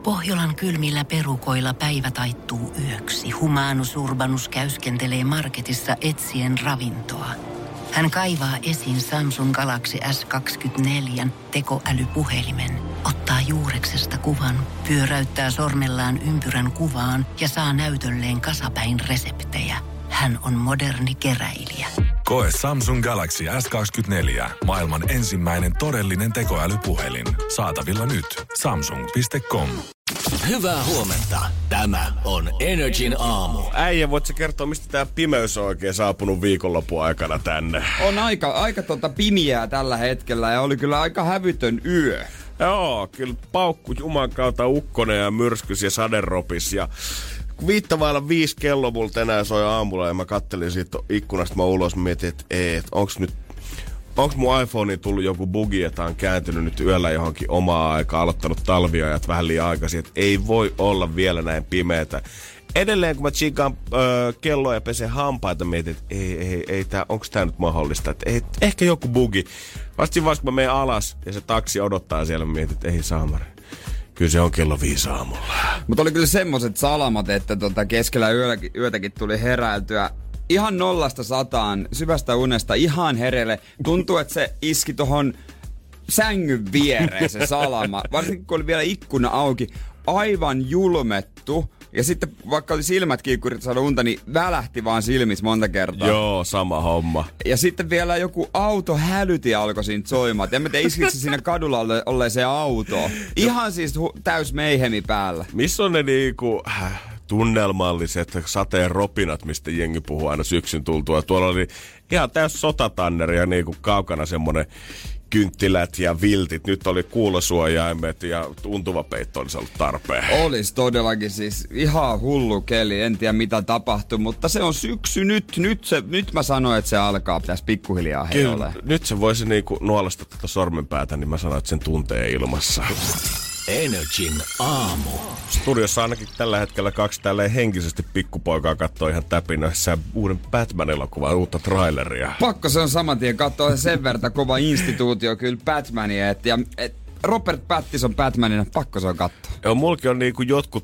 Pohjolan kylmillä perukoilla päivä taittuu yöksi. Humanus Urbanus käyskentelee marketissa etsien ravintoa. Hän kaivaa esiin Samsung Galaxy S24 tekoälypuhelimen, ottaa juureksesta kuvan, pyöräyttää sormellaan ympyrän kuvaan ja saa näytölleen kasapäin reseptejä. Hän on moderni keräilijä. Koe Samsung Galaxy S24. Maailman ensimmäinen todellinen tekoälypuhelin. Saatavilla nyt. Samsung.com. Hyvää huomenta. Tämä on Energin aamu. Äijä, voitko kertoa, mistä tää pimeys on oikein saapunut viikonlopun aikana tänne? On aika pimiää tällä hetkellä ja oli kyllä aika hävytön yö. Joo, kyllä paukku juman kautta ukkonen ja myrskys ja saderopis ja... 5:05 kello mulla tänään soi aamulla ja mä kattelin siitä ikkunasta mä ulos mietin, että onks mun iPhoneen tullut joku bugi, että on kääntynyt nyt yöllä johonkin omaa aikaa, aloittanut talviajat vähän liian aikaisin, että ei voi olla vielä näin pimeätä. Edelleen kun mä tsiikaan kelloa ja pesen hampaita, mietin, että ei onks tää nyt mahdollista, että ehkä joku bugi. Vasta siinä vaiheessa kun mä menen alas ja se taksi odottaa siellä, mä mietin, että ei saamari. Kyllä se on kello 5 aamulla. Mutta oli kyllä semmoset salamat, että keskellä yötäkin tuli heräiltyä ihan 0–100 syvästä unesta ihan hereille. Tuntuu, että se iski tohon sängyn viereen se salama. Varsinkin kun oli vielä ikkuna auki. Aivan julmettu. Ja sitten vaikka oli silmätkin, kun yritti saada unta, niin välähti vaan silmissä monta kertaa. Joo, sama homma. Ja sitten vielä joku auto hälyti alkoi siinä soimaan. En mä tiedä, iskikö se siinä kadulla olleeseen autoon. Ihan siis täys meihemi päällä. Missä on ne niinku tunnelmalliset sateen ropinat, mistä jengi puhuu aina syksyn tultua? Tuolla oli ihan täys sotatanneri ja niinku kaukana semmonen kynttilät ja viltit. Nyt oli kuulosuojaimet ja tuntuva peitto olisi ollut tarpeen. Olisi todellakin siis ihan hullu keli. En tiedä mitä tapahtui, mutta se on syksy nyt. Nyt mä sanoin, että se alkaa. Pitäisi pikkuhiljaa heilolle. Nyt se voisi niinku nuolasta tätä sormenpäätä, niin mä sanoin, että sen tuntee ilmassa. Energin aamu. Studiossa ainakin tällä hetkellä 2 tälleen henkisesti pikkupoikaa katsoo ihan täpinössä uuden Batman-elokuvan uutta traileria. Pakko se on saman tien katsoa sen verran kova instituutio kyllä Batmania. Robert Pattinson Batmanina, pakko se on katsoa. Joo, mulki on niinku jotkut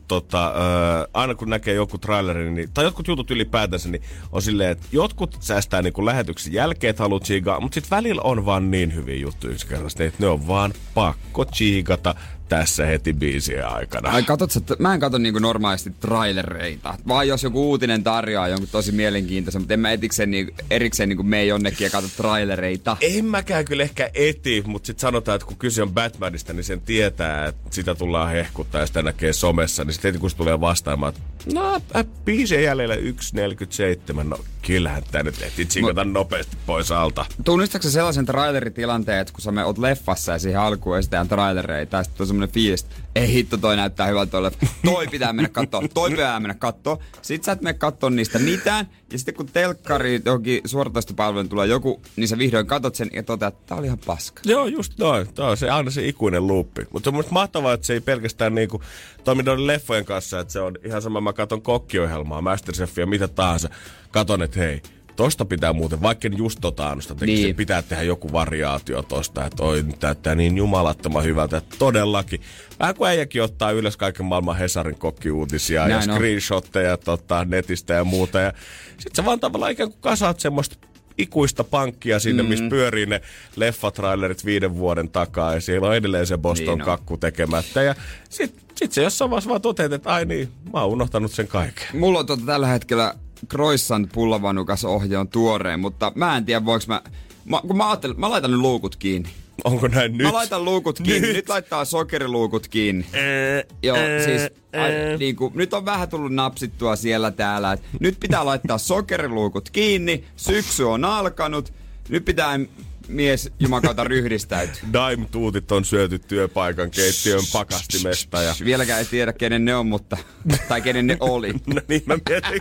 aina kun näkee joku trailerin, niin, tai jotkut jutut ylipäätänsä, niin on silleen, että jotkut säästää niinku lähetyksen jälkeen, että haluaa tsiigaa, mutta sit välillä on vaan niin hyviä juttuja yksinkertaisesti, että ne on vaan pakko tsiigata tässä heti biisien aikana. Ai katsotko, mä en katso niinku normaalisti trailereita, vaan jos joku uutinen tarjoaa jonkun tosi mielenkiintoisen, mutta en mä erikseen niinku mene jonnekin ja katso trailereita. En mäkään kyllä ehkä mutta sit sanotaan, että kun kyse on Batmanista, niin sen tietää, että sitä tullaan hehkuttaa ja sitä näkee somessa, niin sit heti kun se tulee vastaamaan, että biisien jäljellä 1.47, no kyllähän tää nyt ehtii tsiikata nopeasti pois alta. Tunnistatko sellaisen traileritilanteen, että kun sä oot leffassa ja siihen alkuun esitään trailereita, ja sitten on semmonen fiilis, ei hitto, toi näyttää hyvältä toi leffa. Toi pitää mennä kattoo. Sit sä et mene kattoo niistä mitään, ja sitten kun telkkari johonkin suoratoistopalveluun tulee joku, niin sä vihdoin katot sen ja toteat, että tää oli ihan paska. Joo, just noin. Tää on aina se ikuinen luuppi. Mutta se on mahtavaa, että se ei pelkästään niinku toiminut leffojen kanssa, että se on ihan sama, mä katon kokkiohjelmaa, Masterchefia, mitä tahansa. Katon, että hei, tosta pitää muuten, vaikka just annosta niin. Pitää tehdä joku variaatio tosta, että oi, nyt näyttää niin jumalattoman hyvältä, että todellakin. Vähän kuin äijäkin ottaa ylös kaiken maailman Hesarin kokkiuutisia ja screenshotteja netistä ja muuta. Ja sit sä vaan tavallaan ikään kuin kasaat semmoista ikuista pankkia sinne, missä pyörii ne leffatrailerit 5 vuoden takaa ja siellä on edelleen se Boston kakku tekemättä. Ja sit se jossain vaiheessa vaan toteat, että ai niin, mä oon unohtanut sen kaiken. Mulla on tällä hetkellä Croissant pullavanukas ohje on tuoreen, mutta mä en tiedä voiko mä laitan nyt luukut kiinni. Onko näin nyt? Mä laitan luukut kiinni. Nyt laittaa sokeriluukut kiinni. Joo, siis niinku, nyt on vähän tullut napsittua siellä täällä. Nyt pitää laittaa sokeriluukut kiinni. Syksy on alkanut. Nyt pitää mies jumakauta ryhdistäytyy. Daim-tuutit on syöty työpaikan keittiön pakastimesta. Ja... Vieläkään ei tiedä kenen ne on, mutta... tai kenen ne oli. No niin mä mietin.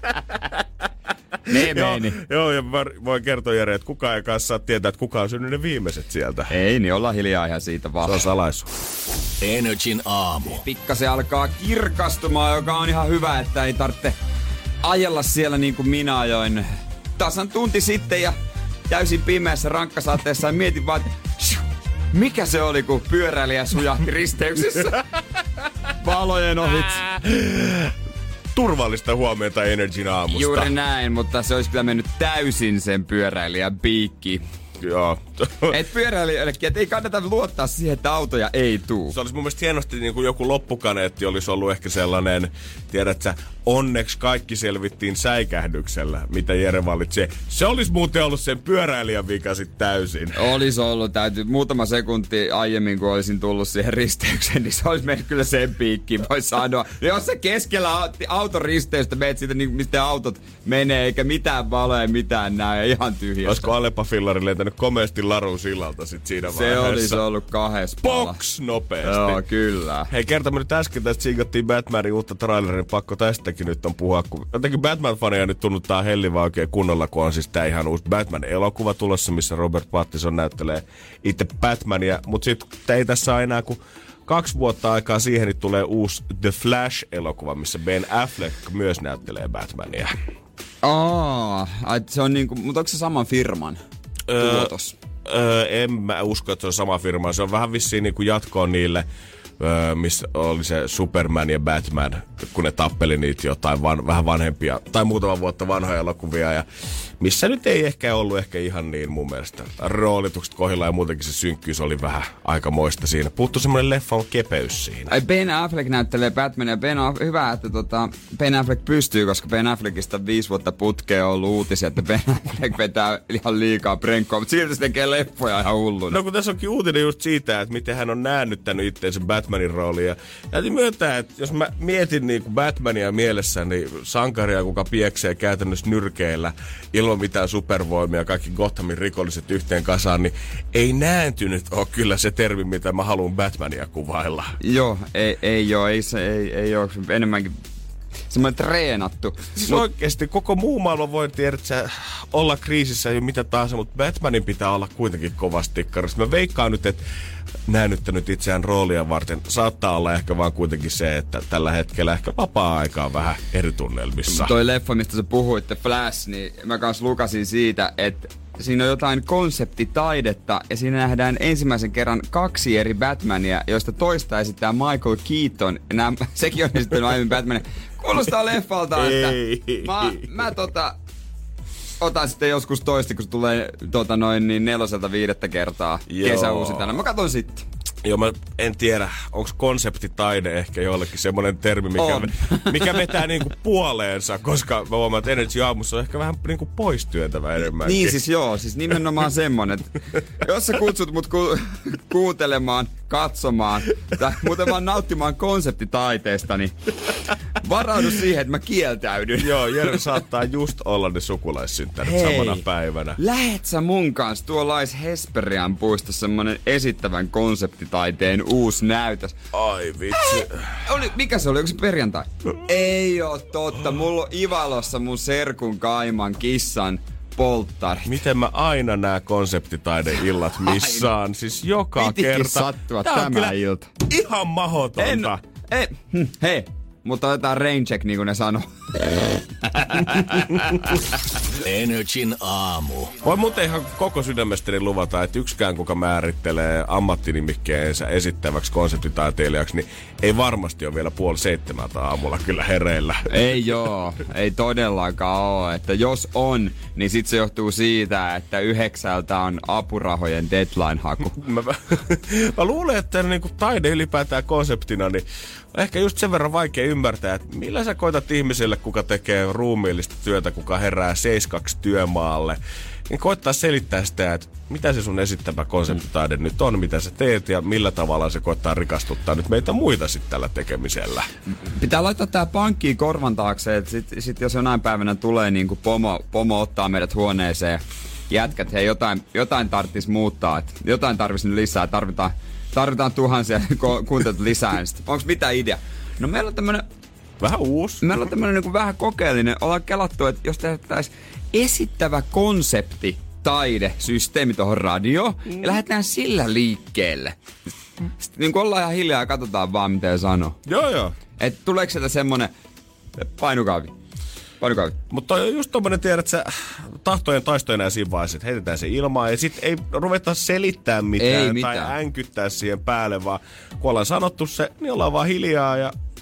Joo, ja mä voin kertoa Jere, että kukaan ei kanssa saa tietää, että kuka on syönyt ne viimeiset sieltä. Ei, niin ollaan hiljaa ihan siitä vaan. Se on salaisuus. Energin aamu. Pikkasen alkaa kirkastumaan, joka on ihan hyvä, että ei tarvitse ajella siellä niin kuin minä ajoin tasan tunti sitten ja täysin pimeässä rankkasateessa ja mietin vaan, mikä se oli, kun pyöräilijä sujahti risteyksessä. talojen ohitse. Turvallista huomenta Energin aamusta. Juuri näin, mutta se olisi kyllä mennyt täysin sen pyöräilijän piikki. Joo. Et pyöräilijöillekin, et ei kannata luottaa siihen, että autoja ei tuu. Se olisi mun mielestä hienosti, niin kuin joku loppukaneetti olisi ollut ehkä sellainen, tiedätkö, onneksi kaikki selvittiin säikähdyksellä, mitä Jere valitsee. Se olisi muuten ollut sen pyöräilijän vika sit täysin. Olisi ollut, täytyy muutama sekunti aiemmin, kun olisin tullut siihen risteykseen, niin se olisi mennyt kyllä sen piikkiin, voi sanoa. Jos se keskellä auton risteystä meet siitä, niin mistä autot menee, eikä mitään valoja, mitään näe, ihan tyhjästä. Olisiko Alepa-fillari lentänyt komeasti Larun sillalta sit siinä vaiheessa? Se olisi ollut 2 pala. Box nopeasti. Joo, kyllä. Hei, kertamme nyt äsken tästä siikattiin Batmanin uutta trailerin, pakko tästäkin nyt on puhua, kun jotenkin Batman-faneja nyt tunnuttaa hellivää oikein kunnolla, kun on siis tää ihan uusi Batman-elokuva tulossa, missä Robert Pattinson näyttelee itse Batmania, mutta sit ei tässä ole enää kuin 2 vuotta aikaa siihen, niin tulee uusi The Flash-elokuva, missä Ben Affleck myös näyttelee Batmania. Se on niinku, mutta onko se saman firman tuotos? En mä usko, että se on sama firma. Se on vähän vissiin niinku jatkoon niille, missä oli se Superman ja Batman, kun ne tappeli niitä jotain vähän vanhempia tai muutama vuotta vanhoja elokuvia. Ja missä nyt ei ehkä ollut ihan niin mun mielestä. Roolitukset kohdillaan ja muutenkin se synkkyys oli vähän aikamoista siinä. Puuttuu semmoinen leffan kepeys siinä. Ben Affleck näyttelee Batmania. Hyvä, että Ben Affleck pystyy, koska Ben Affleckista 5 vuotta putkeen on ollut uutisia, että Ben Affleck vetää ihan liikaa brenkkoa, mutta silti se tekee leffoja ihan hulluna. No kun tässä onkin uutinen just siitä, että miten hän on näännyttänyt itseensä Batmanin rooliin. Ja täytyy myöntää, että jos mä mietin niin kuin Batmania mielessäni, niin sankaria, kuka pieksee käytännössä nyrkeillä ilman mitään supervoimia, kaikki Gothamin rikolliset yhteen kasaan, niin ei nääntynyt ole kyllä se termi, mitä mä haluan Batmania kuvailla. Joo, ei ole enemmänkin semmoinen treenattu. Siis oikeesti koko muu maailma voi tiedä, olla kriisissä ja mitä tahansa, mutta Batmanin pitää olla kuitenkin kovasti tikkarissa. Mä veikkaan nyt, että näännyttänyt itseään roolia varten saattaa olla ehkä vaan kuitenkin se, että tällä hetkellä ehkä vapaa-aika on vähän eri tunnelmissa. Toi leffa, mistä sä puhuitte, Flash, niin mä kans lukasin siitä, että siinä on jotain konseptitaidetta ja siinä nähdään ensimmäisen kerran 2 eri Batmania, joista toista esittää Michael Keaton. Sekin on esittänyt aiemmin Batmania. Kuulostaa leffalta, että mä otan sitten joskus toista, kun se tulee 4-5 kertaa kesäuusintana. Mä katon sitten. Joo, mä en tiedä, onko konseptitaide ehkä jollekin semmoinen termi, mikä vetää niinku puoleensa, koska mä huomaan, että Energy aamussa on ehkä vähän niinku poistyöntävä enemmänkin. Niin siis nimenomaan semmonen, että jos sä kutsut mut kuuntelemaan, katsomaan tai muuten vaan nauttimaan konseptitaiteesta, niin varaudu siihen, että mä kieltäydyn. Joo, Jere saattaa just olla ne sukulaissynttärit samana päivänä. Lähet sä mun kanssa, tuolla olisi Hesperian puistossa semmonen esittävän konseptitaiteen uusi näytös. Ai vitsi. Mikä se oli? Onko se perjantai? Ei oo totta. Mulla on Ivalossa mun serkun kaiman kissan polttarit. Miten mä aina nää konseptitaideillat missaan? Siis joka Pitikin kerta. sattua tämä ilta. Ihan mahdotonta. Hei, mutta otetaan rain check, niin kuin ne sanoo. Energin aamu. Voi muuten ihan koko sydämestäni luvata, että yksikään kuka määrittelee ammattinimikkeensä esittäväksi konseptitaiteilijaksi, niin ei varmasti ole vielä 6:30 aamulla kyllä hereillä. Ei joo, ei todellakaan ole. Että jos on, niin sit se johtuu siitä, että 9 on apurahojen deadline-haku. Mä luulen, että niinku taide ylipäätään konseptina, niin ehkä just sen verran vaikea ymmärtää, että millä sä koitat ihmiselle, kuka tekee ruumiillista työtä, kuka herää 7-2 työmaalle, niin koittaa selittää sitä, että mitä se sun esittävä konseptitaide nyt on, mitä sä teet ja millä tavalla se koittaa rikastuttaa nyt meitä muita sitten tällä tekemisellä. Pitää laittaa tää pankkiin korvan taakse, että sit jos jonain päivänä tulee niin kuin pomo ottaa meidät huoneeseen, jätkät, hei jotain tarvitsis muuttaa, että jotain tarvitsisi lisää, tarvitaan tuhansia kuuntelut lisää. Onko mitä idea? No meillä on tämmönen vähän uusi. Meillä on tämmönen niinku vähän kokeellinen. Ollaan kelattu, että jos tehtäisiin esittävä konsepti taidesysteemi tuohon radioon ja lähdetään sillä liikkeelle. Sitten niin ollaan ihan hiljaa ja katsotaan vaan, mitä sanoo. Joo. Et tuleeko sieltä semmonen painukaavi? Mutta on just tommonen, tiedät sä, tahtojen taisto enää siinä vaiheessa, että heitetään se ilmaan ja sit ei ruveta selittää mitään tai änkyttää siihen päälle, vaan kun ollaan sanottu se, niin ollaan vaan hiljaa ja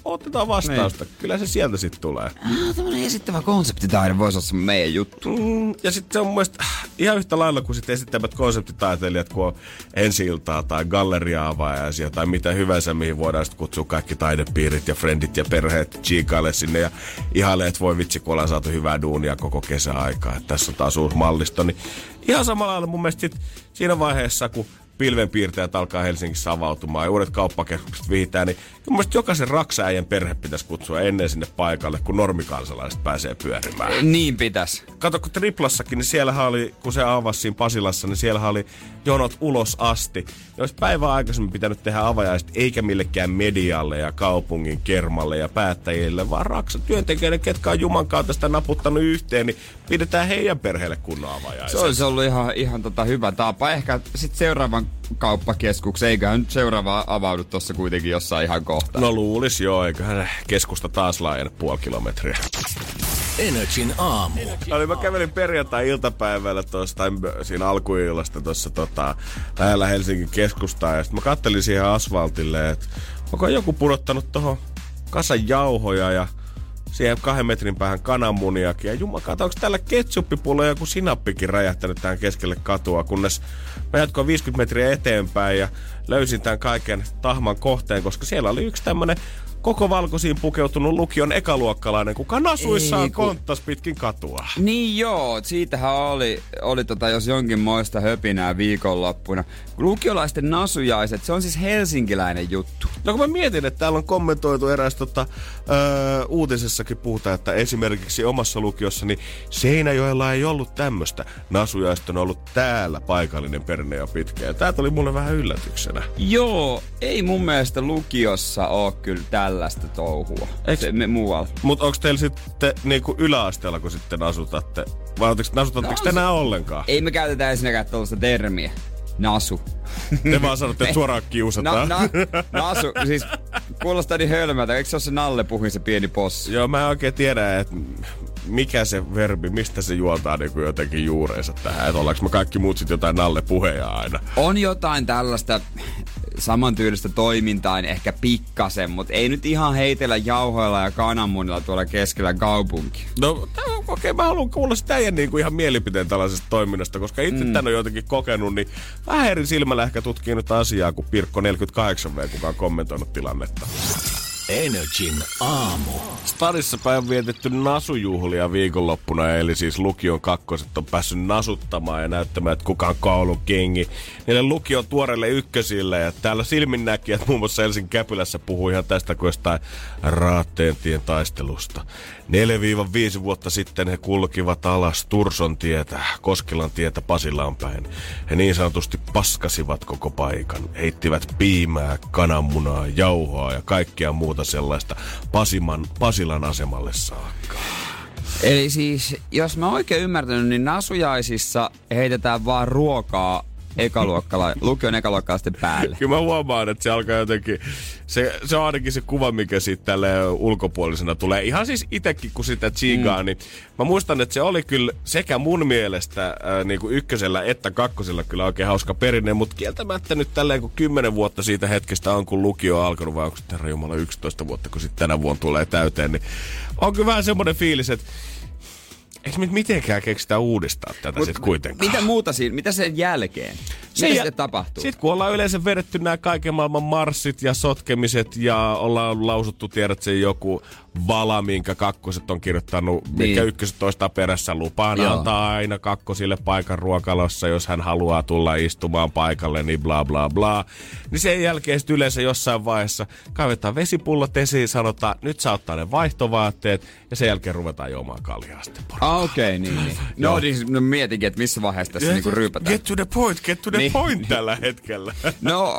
otetaan vastausta. Niin. Kyllä se sieltä sitten tulee. Tämmönen esittävä konseptitaide voisi olla meidän juttu. Ja sitten se on mun mielestä ihan yhtä lailla kuin sitten esittävät konseptitaiteilijat, kun on ensi-iltaa tai galleria-avaajaisia tai mitä hyvänsä, mihin voidaan sitten kutsua kaikki taidepiirit ja frendit ja perheet chiikaille sinne ja ihailee, että voi vitsi, kun ollaan saatu hyvää duunia koko kesäaikaa. Että tässä on taas uusi mallisto. Niin ihan samalla lailla mun mielestä siinä vaiheessa, kun pilvenpiirtäjät alkaa Helsingissä avautumaan ja uudet kauppakeskukset vihitään, niin mun mielestä jokaisen raksaäijän perhe pitäisi kutsua ennen sinne paikalle, kun normikansalaiset pääsee pyörimään. Niin pitäisi. Kato, kun Triplassakin, niin siellähän oli, kun se avasi siinä Pasilassa, niin siellähän oli jonot ulos asti. Ne olisi päivää aikaisemmin pitänyt tehdä avajaiset, eikä millekään medialle ja kaupungin kermalle ja päättäjille, vaan työntekijöiden, ketkä on Juman kautta sitä naputtanut yhteen, niin pidetään heidän perheelle kunnon avajaiset. Se olisi ollut ihan hyvä tapa. Ehkä sitten seuraavan kauppakeskuksen, eiköhän nyt seuraava avaudu tuossa kuitenkin jossain ihan kohta. No luulis joo, eiköhän keskusta taas laajenne 0,5 kilometriä. Energin aamu. Mä kävelin perjantai-iltapäivällä tuossa, tai siinä alkuillasta tuossa lähellä Helsingin keskustaa, ja sitten mä kattelin siihen asfaltille, että onko joku pudottanut tohon kasan jauhoja ja siihen 2 metrin päähän kananmuniakin. Ja jumakata, onko täällä ketsuppipullo ja joku sinappikin räjähtänyt tähän keskelle katua, kunnes mä jatkoin 50 metriä eteenpäin ja löysin tämän kaiken tahman kohteen, koska siellä oli yksi tämmönen koko valkoisiin pukeutunut lukion ekaluokkalainen, kuka nasuissaan konttas pitkin katua. Niin joo, siitähän oli jos jonkin moista höpinää viikonloppuna. Lukiolaisten nasujaiset, se on siis helsinkiläinen juttu. No kun mä mietin, että täällä on kommentoitu eräs uutisessakin puhutaan, että esimerkiksi omassa lukiossani Seinäjoella ei ollut tämmöistä. Nasujaiset on ollut täällä paikallinen perinne jo pitkään. Tää tuli mulle vähän yllätyksenä. Joo, ei mun mielestä lukiossa oo kyllä tällaista touhua. Muualla. Mut onks teillä sitten niinku yläasteella, kun sitten asutatte? Vai nasutatteko te enää ollenkaan? Ei me käytetä ensinnäkään tällaista termiä. Nasu. Te vaan sanotte, että suoraan kiusataan. Nasu, siis kuulostaa niin hölmältä. Eikö se ole se Nalle Puhin, se pieni possi? Joo, mä en oikein tiedä, että mikä se verbi, mistä se juontaa niin jotenkin juureensa tähän. Että ollaanko me kaikki muut sit jotain Nalle Puheja aina? On jotain tällaista samantyylistä toimintaa, ehkä pikkasen, mutta ei nyt ihan heitellä jauhoilla ja kananmunilla tuolla keskellä kaupunki. No okei, mä haluan kuulla sitä teidän niinku ihan mielipiteen tällaisesta toiminnasta, koska itse tän on jotenkin kokenut, niin vähän eri silmällä ehkä tutkii nyt asiaa kuin Pirkko 48V, kuka on kommentoinut tilannetta. Energin aamu. Stadissa päin vietetty nasujuhlia viikonloppuna, eli siis lukion kakkoset on päässyt nasuttamaan ja näyttämään, että kuka on koulun kingi. Niille lukion tuoreille ykkösille, ja täällä silminnäkijät muun muassa Helsingin Käpylässä puhuu ihan tästä kuin jostain Raatteentien taistelusta. 4-5 vuotta sitten he kulkivat alas Turson tietä, Koskilan tietä Pasilaan päin. He niin sanotusti paskasivat koko paikan, heittivät piimää, kananmunaa, jauhoa ja kaikkea muuta sellaista Pasilan asemalle saakka. Eli siis, jos mä oikein ymmärtänyt, niin nasujaisissa heitetään vaan ruokaa lukion ekaluokkalaisten päälle. Kyllä mä huomaan, että se alkaa jotenkin, se on ainakin se kuva, mikä siitä tälle ulkopuolisena tulee. Ihan siis itekin, kun sitä tsiigaa, niin mä muistan, että se oli kyllä sekä mun mielestä niin kuin ykkösellä että kakkosella kyllä oikein hauska perinne, mutta kieltämättä nyt tälleen kun 10 vuotta siitä hetkestä on, kun lukio on alkanut, vai onko sitten herra jumala 11 vuotta, kun sitten tänä vuonna tulee täyteen, niin on kyllä vähän semmoinen fiilis, että eikö nyt mitenkään keksitä uudistaa tätä sitten kuitenkaan? Mitä muuta siinä? Mitä sen jälkeen? Mitä sitten tapahtuu? Sitten kun ollaan yleensä vedetty nämä kaiken maailman marssit ja sotkemiset ja ollaan lausuttu, tiedät sen joku vala, minkä kakkoset on kirjoittanut, minkä ykköset toistaa perässä lupaan antaa aina kakkosille paikan ruokalossa, jos hän haluaa tulla istumaan paikalle, niin bla bla bla. Niin sen jälkeen sitten yleensä jossain vaiheessa kaivetaan vesipullot esiin, sanotaan, nyt saa ottaa ne vaihtovaatteet ja sen jälkeen ruvetaan juomaan kaljaa sitten. Okei, niin. No mietinkin, että missä vaiheessa tässä niinku ryypätään. Get to the point tällä hetkellä. No,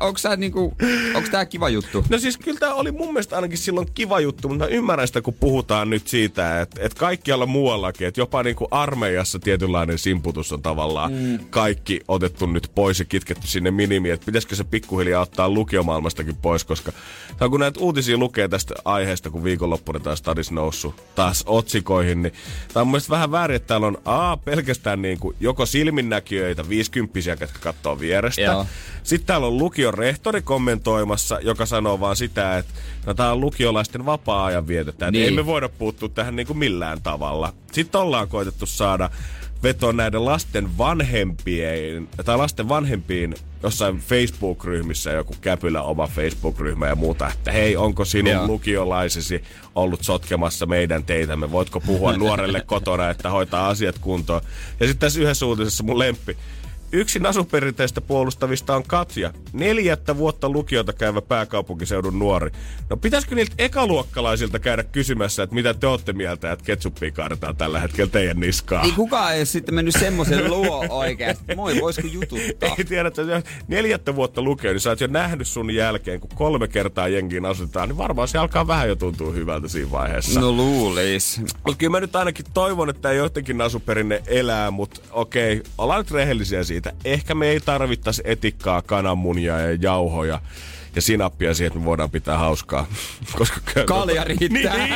onks tää kiva juttu? No siis kyllä tää oli mun mielestä ainakin silloin kiva juttu, mutta mä ymmärrän sitä, kun puhutaan nyt siitä, että kaikkialla muuallakin, että jopa niinku armeijassa tietynlainen simputus on tavallaan kaikki otettu nyt pois ja kitketty sinne minimiin, että pitäisikö se pikkuhiljaa ottaa lukiomaailmastakin pois, koska kun näitä uutisia lukee tästä aiheesta, kun viikonloppuna taas stadis noussut taas otsikoihin, niin tää on mun mielestä vähän väärin, että täällä on pelkästään niinku joko silminnäkijöitä, 50-vuotiaita, jotka katsoo vierestä. Joo. Sitten täällä on lukion rehtori kommentoimassa, joka sanoo vaan sitä, että tää on lukiolaisten vapaa-ajan vietettä. Niin. Ei me voida puuttua tähän niin kuin millään tavalla. Sitten ollaan koitettu saada vetoa näiden lasten vanhempiin jossain Facebook-ryhmissä, joku Käpylä oma Facebook-ryhmä ja muuta, että hei, onko sinun lukiolaisesi ollut sotkemassa meidän teitämme? Voitko puhua nuorelle kotona, että hoitaa asiat kuntoon? Ja sitten tässä yhdessä uutisessa mun lemppi. Yksi nasuperinteistä puolustavista on Katja, 4 vuotta lukiota käyvä pääkaupunkiseudun nuori. No pitäisikö niiltä ekaluokkalaisilta käydä kysymässä, että mitä te ootte mieltä, että ketsuppia kaadetaan tällä hetkellä teidän niskaan? Ei kukaan ei sitten mennyt semmoisen luo oikeasti. Moi, voisiko jututtaa? Ei tiedä, että 4 vuotta lukio, niin sä oot jo nähnyt sun jälkeen, kun 3 kertaa jengiin asutetaan, niin varmaan se alkaa vähän jo tuntua hyvältä siinä vaiheessa. No luulis. Mutta kyllä mä nyt ainakin toivon, että ei jotenkin nasuperinne elää, mutta okei, ollaan nyt rehellisiä siitä. Ehkä me ei tarvittaisi etikkaa, kananmunia ja jauhoja ja sinappia siihen, että me voidaan pitää hauskaa. Koska kalja riittää.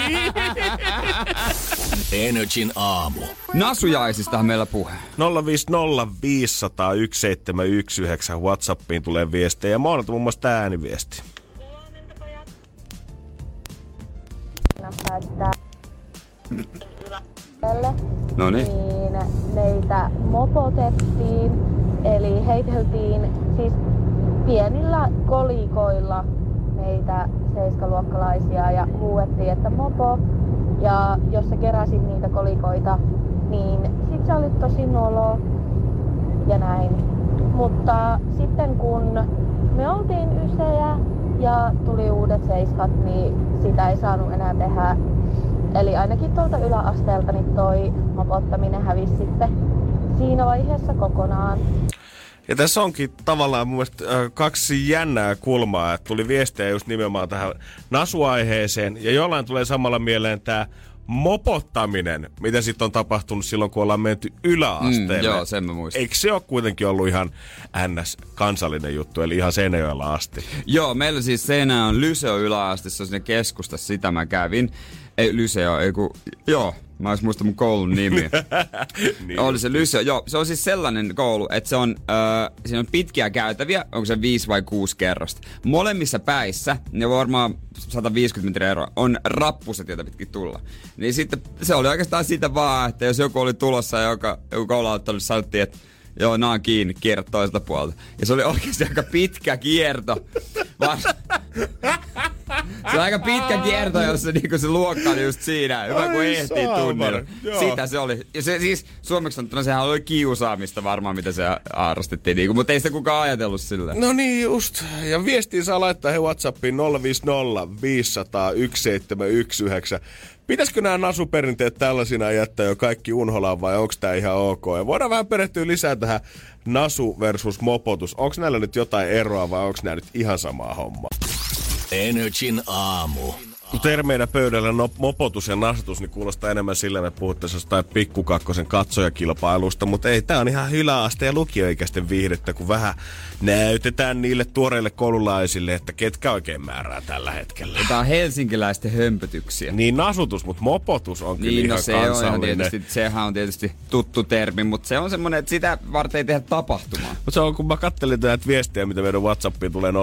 Energin aamu. Nasujaisistahan meillä puhe. 050501719 WhatsAppiin tulee viestejä. Mä oon muun muassa tää ääniviesti. Noniin. Niin meitä mopotettiin, eli heiteltiin siis pienillä kolikoilla meitä 7-luokkalaisia ja huuettiin, että mopo. Ja jos sä keräsit niitä kolikoita, niin sit se oli tosi nolo ja näin. Mutta sitten kun me oltiin ysejä ja tuli uudet 7, niin sitä ei saanut enää tehdä. Eli ainakin tuolta yläasteelta niin toi mopottaminen hävisi sitten siinä vaiheessa kokonaan. Ja tässä onkin tavallaan mun mielestä 2 jännää kulmaa, että tuli viestejä just nimenomaan tähän nasuaiheeseen, ja jollain tulee samalla mieleen tää mopottaminen, mitä sitten on tapahtunut silloin, kun ollaan menty yläasteelle. Joo, sen mä muistan. Eikö se ole kuitenkin ollut ihan NS-kansallinen juttu, eli ihan Seinäjoella asti? Joo, meillä siis Seinäjoella on Lyseo yläaste, se on siinä keskustassa, sitä mä kävin. Ei Lyseo, joo, mä ois muista mun koulun nimi. Niin oli se Lyseo, joo, se on siis sellainen koulu, että se on, siinä on pitkiä käytäviä, onko se 5 vai 6 kerrosta. Molemmissa päissä, ne on varmaan 150 metriä eroa, on rappuset, joita pitkin tulla. Niin sitten se oli oikeastaan sitä vaan, että jos joku oli tulossa ja joku kouluautolle sanottiin, että joo, nää on kiinni, kierrät toiselta puolta. Ja se oli oikeasti aika pitkä kierto. Se on aika pitkä kierto, jossa niinku se luokka oli just siinä. Hyvä, kun ehtii tunnilla. Sitä se oli. Ja se siis suomeksi sanottuna sehän oli kiusaamista varmaan, mitä se harrastettiin. Niinku, mutta ei sitä kukaan ajatellut sillä. No niin just. Ja viestiin saa laittaa WhatsAppiin 050501719. Pitäisikö nämä nasuperinteet tällaisina jättää jo kaikki unholaan vai onko tämä ihan ok? Ja voidaan vähän perehtyä lisää tähän nasu versus mopotus. Onko näillä nyt jotain eroa vai onko nämä nyt ihan samaa hommaa? Energin aamu. Kun termeinä pöydällä mopotus ja nasutus, niin kuulostaa enemmän sillä, että puhuttaisiin jostain pikkukakkosen katsojakilpailusta, mutta ei, tää on ihan yläaste- ja lukioikäisten viihdettä, kun vähän näytetään niille tuoreille koululaisille, että ketkä oikein määrää tällä hetkellä. Tää on helsinkiläisten hömpötyksiä. Niin nasutus, mutta mopotus on kyllä ihan se kansallinen. Sehän on tietysti tuttu termi, mutta se on semmoinen, että sitä varten ei tehdä tapahtumaa. Mutta se on, kun mä kattelin näitä viestejä, mitä meidän WhatsAppiin tulee 050501719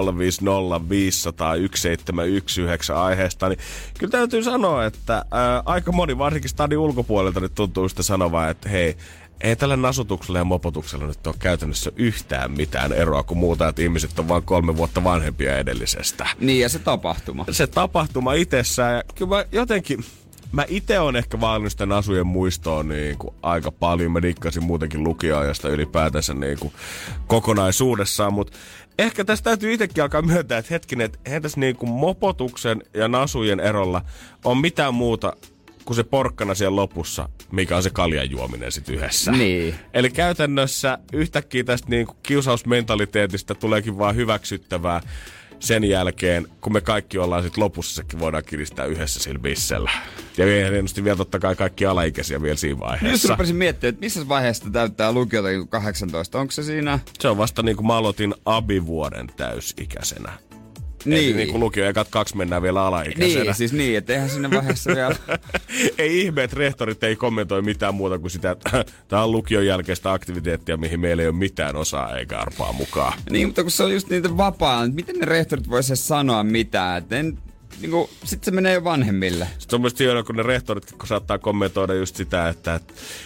aiheesta, niin kyllä täytyy sanoa, että aika moni, varsinkin stadin ulkopuolelta, nyt tuntuu sitä sanovaa, että hei, ei tällä nasutuksella ja mopotuksella nyt ole käytännössä yhtään mitään eroa kuin muuta, että ihmiset on vain 3 vuotta vanhempia edellisestä. Niin, ja se tapahtuma. Se tapahtuma itsessään, ja kyllä mä itse olen ehkä valinnut sitä nasujen muistoa niin kuin aika paljon. Mä dikkasin muutenkin lukioajasta ylipäätänsä niin kuin kokonaisuudessaan, mutta ehkä tästä täytyy itsekin alkaa myöntää, että hetkinen, että eihän tässä niin kuin mopotuksen ja nasujen erolla on mitään muuta kuin se porkkana siellä lopussa, mikä on se kaljan juominen sit yhdessä. Niin. Eli käytännössä yhtäkkiä tästä niin kuin kiusausmentaliteetista tuleekin vaan hyväksyttävää sen jälkeen, kun me kaikki ollaan sit lopussa, sekin voidaan kiristää yhdessä sillä bissellä. Ja vielä totta kai kaikki alaikäisiä vielä siinä vaiheessa. Just rupesin miettimään, että missä vaiheessa täyttää lukiota 18? Onko se siinä? Se on vasta niin kuin mä aloitin abivuoden täysikäisenä. Eli niin kuin lukio ekat 2 mennään vielä alaikäisenä. Niin, siis niin, että eihän sinne vaiheessa vielä... Ei ihme, että rehtorit ei kommentoi mitään muuta kuin sitä, että tämä on lukion jälkeistä aktiviteettia, mihin meillä ei ole mitään osaa eikä arpaa mukaan. Niin, mutta kun se on just niitä vapaa, miten ne rehtorit voisivat sanoa mitään? Niin sitten se menee jo vanhemmille. Sitten on myös hienoa, kun ne rehtorit kun saattaa kommentoida just sitä, että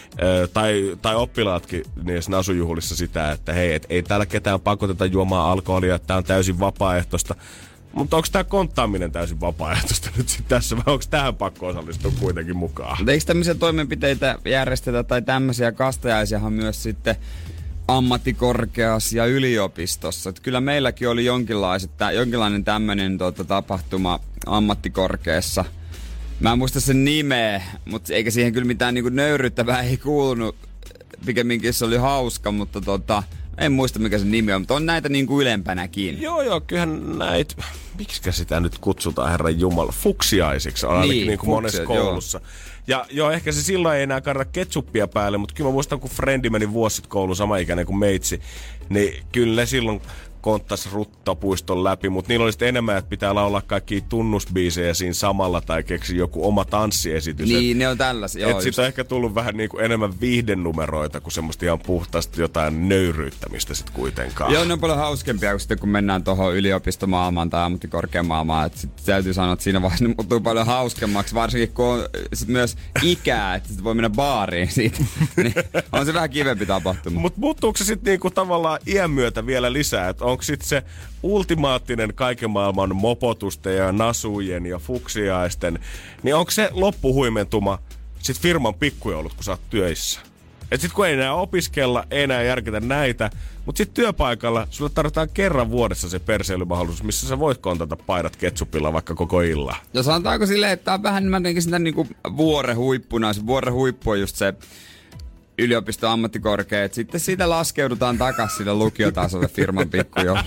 tai oppilaatkin niissä asujuhlissa sitä, että hei, ei täällä ketään pakoteta juomaan alkoholia, että tämä on täysin vapaaehtoista. Mutta onko tämä konttaaminen täysin vapaaehtoista nyt sitten tässä, vai onko tähän pakko osallistua kuitenkin mukaan? Mutta eikö tämmöisiä toimenpiteitä järjestetä tai tämmöisiä kastajaisiahan myös sitten ammattikorkeassa ja yliopistossa? Et kyllä meilläkin oli jonkinlainen tämmöinen tapahtuma ammattikorkeassa. Mä en muista sen nimeä, mutta eikä siihen kyllä mitään niinku nöyryyttävää ei kuulunut. Pikemminkin se oli hauska, mutta en muista mikä se nimi on, mutta on näitä niinku ylempänäkin. Joo, kyllähän näitä, miksikä sitä nyt kutsutaan, herran jumala, fuksiaisiksi on ainakin niin kuin monessa koulussa. Ja joo, ehkä se silloin ei enää kannata ketsuppia päälle, mutta kyllä mä muistan, kun frendi meni vuosi sitten kouluun samaikäinen kuin meitsi, niin kyllä ne silloin konttas Ruttapuiston läpi, mutta niillä oli sitten enemmän, että pitää laulaa kaikkia tunnusbiisejä siinä samalla tai keksi joku oma tanssiesitys. Niin, ne on tällaisia. Että siitä on ehkä tullut vähän niin kuin enemmän viihdenumeroita kuin semmoista ihan puhtaasti jotain nöyryyttämistä sitten kuitenkaan. Joo, ne on paljon hauskempia kuin sitten kun mennään tuohon yliopistomaailmaan tai ammattikorkeamaailmaan. Että sitten täytyy sanoa, että siinä vaiheessa ne muuttuu paljon hauskemmaksi, varsinkin kun on sit myös ikää, että sit voi mennä baariin siitä. Niin on se vähän kivempi tapahtuma. Mutta muuttuuko se sitten niinku tavallaan iän myötä vielä lisää, että onko sitten se ultimaattinen kaiken maailman mopotusten ja nasujen ja fuksiaisten, niin onko se loppuhuimentuma sit firman pikkujoulut, kun sä oot työissä? Et sit kun ei enää opiskella, ei enää järketä näitä, mutta sit työpaikalla sulle tarvitaan kerran vuodessa se perseilymahdollisuus, missä sä voit kontata paidat ketsupilla vaikka koko illan. Ja sanotaanko silleen, että tää on vähän enemmänkin sitä niinku vuorehuippuna. Se vuorehuippu on just se yliopiston ammattikorkea, että sitten siitä laskeudutaan takas sille lukiotasolle firman pikkujouluun.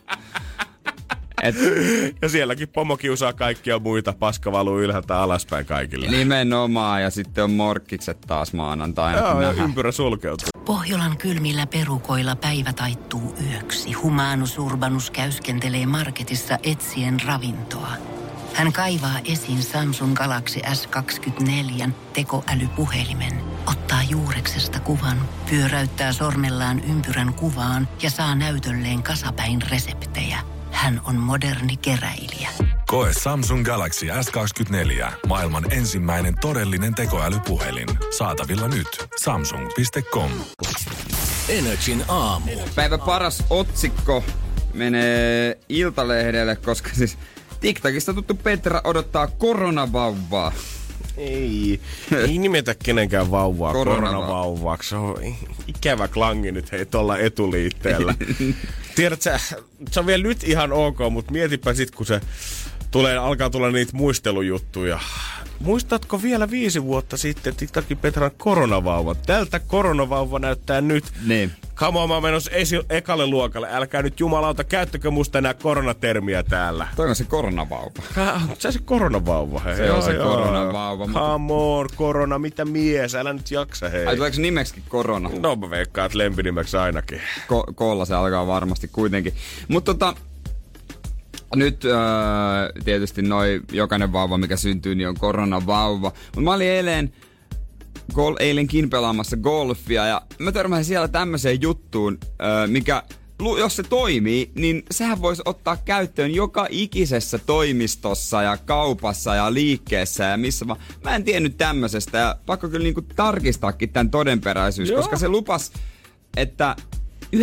Ja sielläkin pomo kiusaa kaikkia muita, paska valuu ylhäältä alaspäin kaikille. Nimenomaan, ja sitten on morkkikset taas maanantaina. Joo, ja ympyrä sulkeutuu. Pohjolan kylmillä perukoilla päivä taittuu yöksi. Humanus Urbanus käyskentelee marketissa etsien ravintoa. Hän kaivaa esiin Samsung Galaxy S24 tekoälypuhelimen, ottaa juureksesta kuvan, pyöräyttää sormellaan ympyrän kuvaan ja saa näytölleen kasapäin reseptejä. Hän on moderni keräilijä. Koe Samsung Galaxy S24. Maailman ensimmäinen todellinen tekoälypuhelin. Saatavilla nyt. Samsung.com. Energin aamu. Päivän paras otsikko menee Iltalehdelle, koska siis TikTokista tuttu Petra odottaa koronavauvaa. Ei nimetä kenenkään vauvaa koronavauvaksi. Se on ikävä klangi nyt hei tuolla etuliitteellä. Tiedätkö, se on vielä nyt ihan ok, mutta mietipä sit kun se alkaa tulla niitä muistelujuttuja. Muistatko vielä 5 vuotta sitten TikTokin Petran koronavauva? Tältä koronavauva näyttää nyt. Niin. Come on, mä oon menossa ekalle luokalle. Älkää nyt jumalauta, käyttäkö musta enää koronatermiä täällä. Toi on se koronavauva. Se on se koronavauva. Hei. Se on se koronavauva. Come on, korona, mitä mies? Älä nyt jaksa, hei. Ai tuleeko nimeksikin korona? No mä veikkaan, että lempinimeksi ainakin. Koolla se alkaa varmasti kuitenkin. Mutta nyt tietysti jokainen vauva, mikä syntyy, niin on koronavauva. Mutta mä olin eilenkin pelaamassa golfia ja mä törmäsin siellä tämmöiseen juttuun, mikä, jos se toimii, niin sehän voisi ottaa käyttöön joka ikisessä toimistossa ja kaupassa ja liikkeessä ja missä vaan. Mä en tiennyt tämmöisestä ja pakko kyllä niinku tarkistaakin tämän todenperäisyys, koska se lupas, että 99%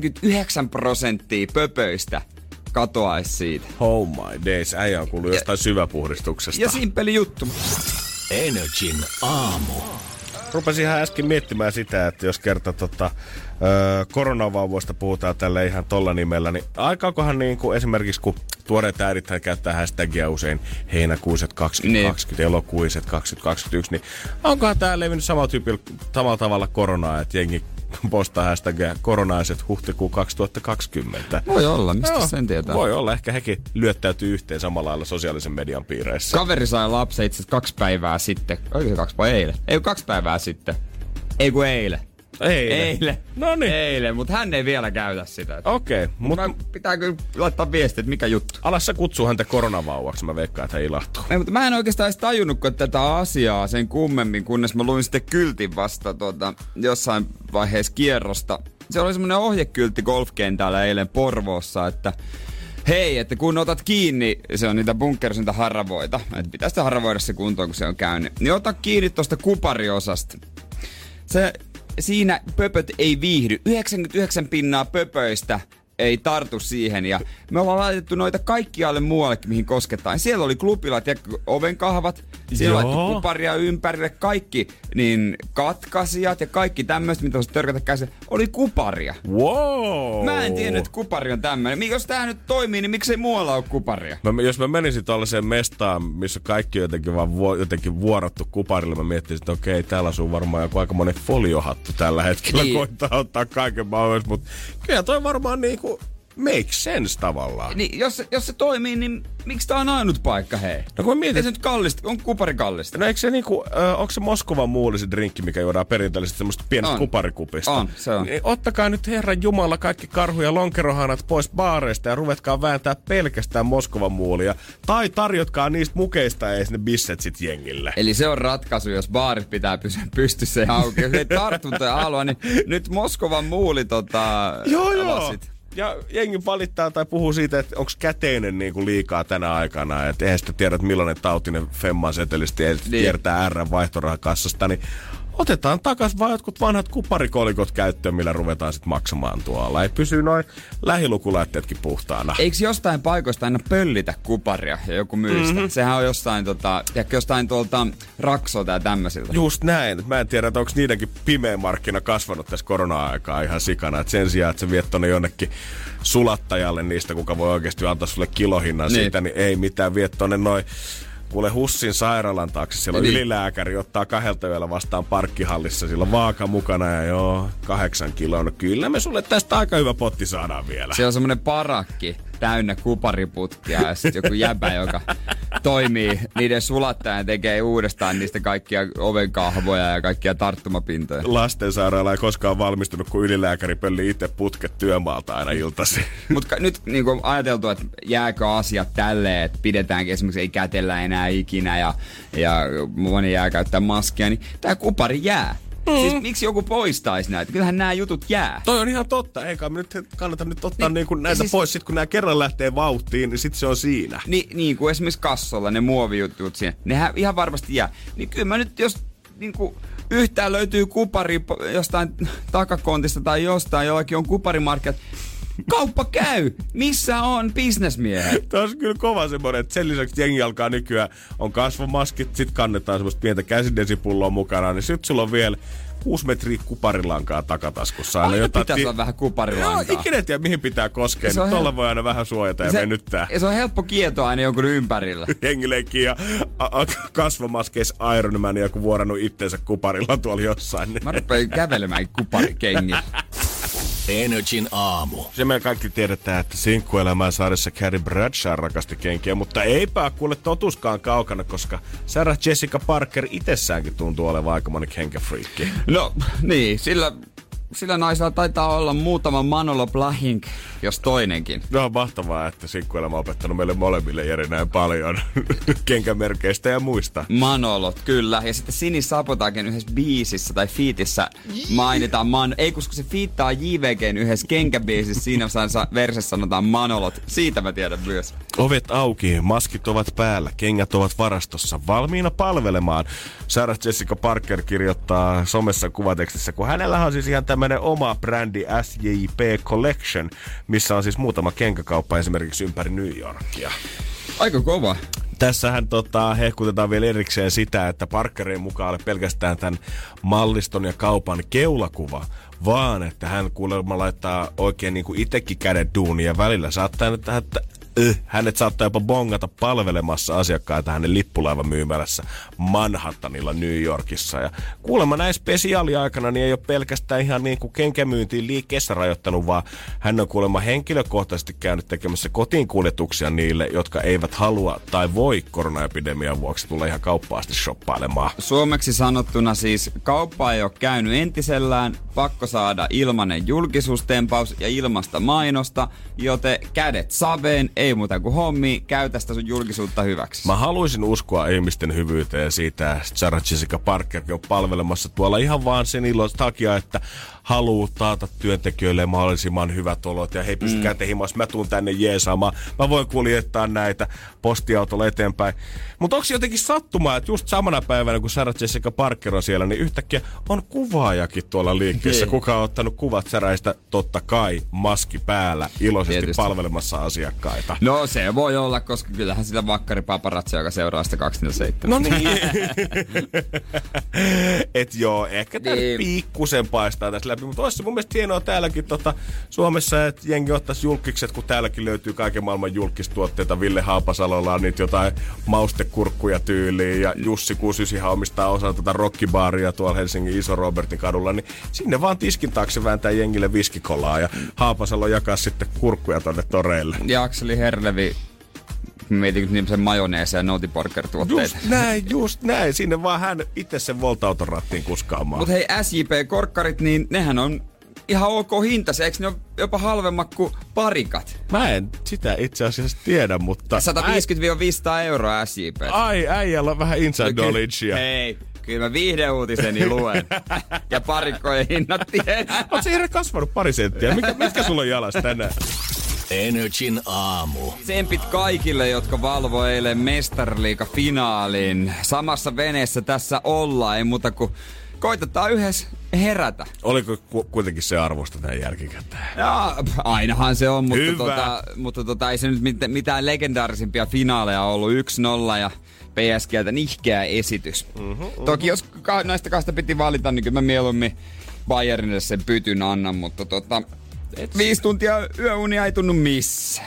pöpöistä katoaisi siitä. Oh my days, äijä on kuullut jostain syväpuhdistuksesta. Ja simpeli juttu. Energin aamu. Rupesin ihan äsken miettimään sitä, että jos kerta koronavauvoista puhutaan tällä ihan tolla nimellä, niin aikaakohan niin kuin esimerkiksi, kun tuoreet äidithän käyttää hashtagia usein heinäkuiset 2020, elokuiset 2021, niin onkohan tää levinnyt samalla tavalla koronaa, että jengi postaa hashtagia koronaiset huhtikuu 2020. Voi olla, mistä sen tietää? Voi olla, ehkä hekin lyöttäytyy yhteen samalla lailla sosiaalisen median piireissä. Kaveri sai lapsen itse asiassa 2 päivää sitten. Oliko se 2 vai eilen? Ei 2 päivää sitten. Ei kun eilen. Eilen. No niin. Eilen, mutta hän ei vielä käytä sitä. Okei. Mutta pitää kyllä laittaa viestiä, että mikä juttu. Alas sä kutsuu häntä koronavauvaksi, mä veikkaan, että hän ilahtuu. Ei, mutta mä en oikeastaan edes tajunnutkaan tätä asiaa sen kummemmin, kunnes mä luin sitten kyltin vasta jossain vaiheessa kierrosta. Se oli semmoinen ohjekyltti golfkentällä eilen Porvoossa, että hei, että kun otat kiinni, se on niitä bunkkersinta haravoita, että pitää sitä haravoida se kuntoon, kun se on käynyt, niin ota kiinni tosta kupariosasta. Siinä pöpöt ei viihdy. 99% pöpöistä ei tartu siihen. Ja me ollaan laitettu noita kaikkialle muuallekin, mihin kosketaan. Siellä oli klubilat ja ovenkahvat. Siellä on laittu kuparia ympärille. Kaikki niin katkasijat ja kaikki tämmöistä, mitä voisi törkätä käsiä, oli kuparia. Wow! Mä en tiennyt, että kupari on tämmöinen. Jos tää nyt toimii, niin miksei muualla ole kuparia? Jos mä menisin tollaseen mestaan, missä kaikki on jotenkin vaan jotenkin vuorottu kuparille, mä miettisin, että okei, täällä asuu varmaan joku aikamoinen foliohattu tällä hetkellä. Niin. Koittaa ottaa kaiken mahdollista, mutta kyllä toi varmaan niinku make sense tavallaan. Niin, jos se toimii, niin miksi tää on ainut paikka, hei? No kun mietit, ei se nyt kallista, on kupari kallista. No eikö se niinku, onko se Moskovan muuli se drinkki, mikä juodaan perinteellisesti semmoista pienestä kuparikupista? On, se on. Niin ottakaa nyt Herran Jumala kaikki karhu- ja lonkerohanat pois baareista ja ruvetkaa vääntää pelkästään Moskovan muulia. Tai tarjotkaa niistä mukeista ees ne bisset sit jengille. Eli se on ratkaisu, jos baarit pitää pysyä pystyssä ja auki. Jos ei tartuntoja halua, niin nyt Moskovan muuli Joo. Ja jengi valittaa tai puhuu siitä, että onko käteinen niinku liikaa tänä aikana. Että eihän sitä tiedä, että millainen tautinen femman setelistä kiertää R:n vaihtorahakassasta. Niin otetaan takas vaan jotkut vanhat kuparikolikot käyttöön, millä ruvetaan sitten maksamaan tuolla. Ei pysy noin lähilukulaitteetkin puhtaana. Eikö jostain paikoista aina pöllitä kuparia ja joku myy sitä? Sehän on jostain tuolta Raksolta ja tämmöisiltä. Just näin. Mä en tiedä, että onko niidenkin pimeä markkina kasvanut tässä korona-aikaa ihan sikana. Et sen sijaan, että se viet tonne jonnekin sulattajalle niistä, kuka voi oikeasti antaa sulle kilohinnan siitä, niin ei mitään, viet tonne noin kuule Hussin sairaalan taakse. Siellä on ylilääkäri, ottaa 2 yöllä vastaan parkkihallissa. Sillä on vaaka mukana ja 8 kiloa. No kyllä me sulle tästä aika hyvä potti saadaan vielä. Se on semmonen parakki täynnä kupariputkia ja sitten joku jäbä, joka toimii niiden sulattajan, tekee uudestaan niistä kaikkia ovenkahvoja ja kaikkia tarttumapintoja. Lastensairaala ei koskaan valmistunut, kun ylilääkäri pölli itse putket työmaalta aina iltaisin. Mutta nyt niin kuin ajateltu, että jääkö asiat tälleen, että pidetäänkin esimerkiksi ei kätellä enää ikinä ja moni jää käyttää maskia, niin tää kupari jää. Siis miksi joku poistaisi näitä? Kyllähän nämä jutut jää. Toi on ihan totta. Eikä me nyt kannata nyt ottaa niinku näitä siis pois. Sitten kun nämä kerran lähtee vauhtiin, niin sit se on siinä. Niin kuin esimerkiksi kassolla ne muovijutut siinä. Nehän ihan varmasti jää. Niin kyllä mä nyt, jos niinku yhtään löytyy kupari jostain takakontista tai jostain, jollakin on kuparimarkkinat, kauppa käy! Missä on bisnesmiehet? Tämä on kyllä kova semmoinen, että sen lisäksi jengi alkaa nykyään, on kasvomaskit, sit kannetaan semmoista pientä käsidesipulloa mukana, niin sit sulla on vielä 6 metriä kuparilankaa takataskussa. Aina pitäisi olla vähän kuparilankaa. Joo, ikinä tiedä mihin pitää koskea, niin tuolla voi aina vähän suojata ja venyttää. Ja se on helppo kietoa aina jonkun ympärillä. Jengi leikkii ja kasvomaskeissa Iron Man ja kun vuorannut itteensä kuparilla tuolla jossain. Mä rupean kävelemään kuparikengillä. Energin aamu. Se me kaikki tiedetään, että sinkkuelämää saadessa Carrie Bradshaw rakasti kenkiä, mutta eipä kuule totuskaan kaukana, koska Sarah Jessica Parker itsessäänkin tuntuu olevan aikamoinen kenkäfriikki. No niin, sillä naisella taitaa olla muutama Manolo Blahink, jos toinenkin. No on mahtavaa, että sinkkuelämä on opettanut meille molemmille Jere näin paljon kenkämerkeistä ja muista. Manolot, kyllä. Ja sitten Sini Sapotaken yhdessä biisissä tai fiitissä mainitaan ei, koska se fiittaa JVGn yhdessä kenkäbiisissä, siinä versessä sanotaan Manolot. Siitä mä tiedän myös. Ovet auki, maskit ovat päällä, kengät ovat varastossa, valmiina palvelemaan. Sarah Jessica Parker kirjoittaa somessa kuvatekstissä, kun hänellä on siis ihan tämmönen oma brändi SJP Collection, missä on siis muutama kenkäkauppa esimerkiksi ympäri New Yorkia. Aika kova. Tässähän hehkutetaan vielä erikseen sitä, että Parkerin mukaan ole pelkästään tämän malliston ja kaupan keulakuva, vaan että hän kuulemma laittaa oikein niin kuin itekin käden duunia välillä. Saattaa, että hänet saattaa jopa bongata palvelemassa asiakkaita hänen lippulaivan myymälässä Manhattanilla New Yorkissa. Ja kuulemma näin spesiaaliaikana niin ei ole pelkästään ihan niin kuin kenkämyyntiin liikkeessä rajoittanut, vaan hän on kuulemma henkilökohtaisesti käynyt tekemässä kotiinkuljetuksia niille, jotka eivät halua tai voi koronaepidemian vuoksi tulla ihan kauppaasti shoppailemaan. Suomeksi sanottuna siis kauppa ei ole käynyt entisellään, pakko saada ilmanen julkisuustempaus ja ilmasta mainosta, joten kädet saveen, ei muuta kuin hommi, käytä sitä sun julkisuutta hyväksi. Mä haluaisin uskoa ihmisten hyvyyteen siitä, että Sarah Jessica Parker on palvelemassa tuolla ihan vaan sen ilon takia, että haluaa taata työntekijöille mahdollisimman hyvät olot ja hei, pystykää tehimas, mä tuun tänne jeesaamaan, mä voin kuljettaa näitä postiautolla eteenpäin. Mutta onko jotenkin sattumaa, että just samana päivänä, kun Sarah Jessica Parker on siellä, niin yhtäkkiä on kuvaajakin tuolla liikkeessä. Kuka on ottanut kuvat Sarahista? Totta kai, maski päällä, iloisesti tietysti palvelemassa asiakkaita. No se voi olla, koska kyllähän sitä vakkaripaparazzi, joka seuraa sitä 247. No niin. Et joo, ehkä tää niin pikkusen paistaa tässä läpi, mutta olisi mun mielestä hienoa täälläkin Suomessa, että jengi ottaisi julkikset, kun täälläkin löytyy kaiken maailman julkistuotteita. Ville Haapasalolla on niitä jotain maustekurkkuja tyyliin ja Jussi 69 omistaa osaa rockibaaria tuolla Helsingin Iso Robertin kadulla, niin sinne vaan tiskin taakse vääntää jengille viskikolaa ja Haapasalo jakaa sitten kurkkuja tonne toreille. Ja Akseli Herlevi mietin nimisen majoneesia ja Naughty Burger-tuotteita. Just näin. Sinne vaan hän itse sen Volt-auton rattiin kuskaamaan. Mut hei, SJP-korkkarit, niin nehän on ihan ok hinta. Eikö ne ole jopa halvemmat kuin parikat? Mä en sitä itse asiassa tiedä, mutta 150-500 euroa SJP. Ai, äijällä on vähän inside knowledgea. Hei, kyllä mä viihdeuutiseni luen. Ja parikkojen hinnat tiedän. Oot se kasvanut pari senttiä? Mitkä sulla on jalas tänään? Energin aamu. Tsempit kaikille, jotka valvoi eilen Mestariliiga-finaalin. Samassa veneessä tässä ollaan, ei muuta kuin koitetaan yhdessä herätä. Oliko kuitenkin se arvosta tämän jälkikäteen? Ja, ainahan se on, mutta ei se nyt mitään legendaarisimpia finaaleja ollut. 1-0 ja PSG:ltä nihkeä esitys. Toki jos näistä kahdesta piti valita, niin kyllä mä mieluummin Bayernille sen pytyn annan, mutta 5 tuntia yöunia ei tunnu missään.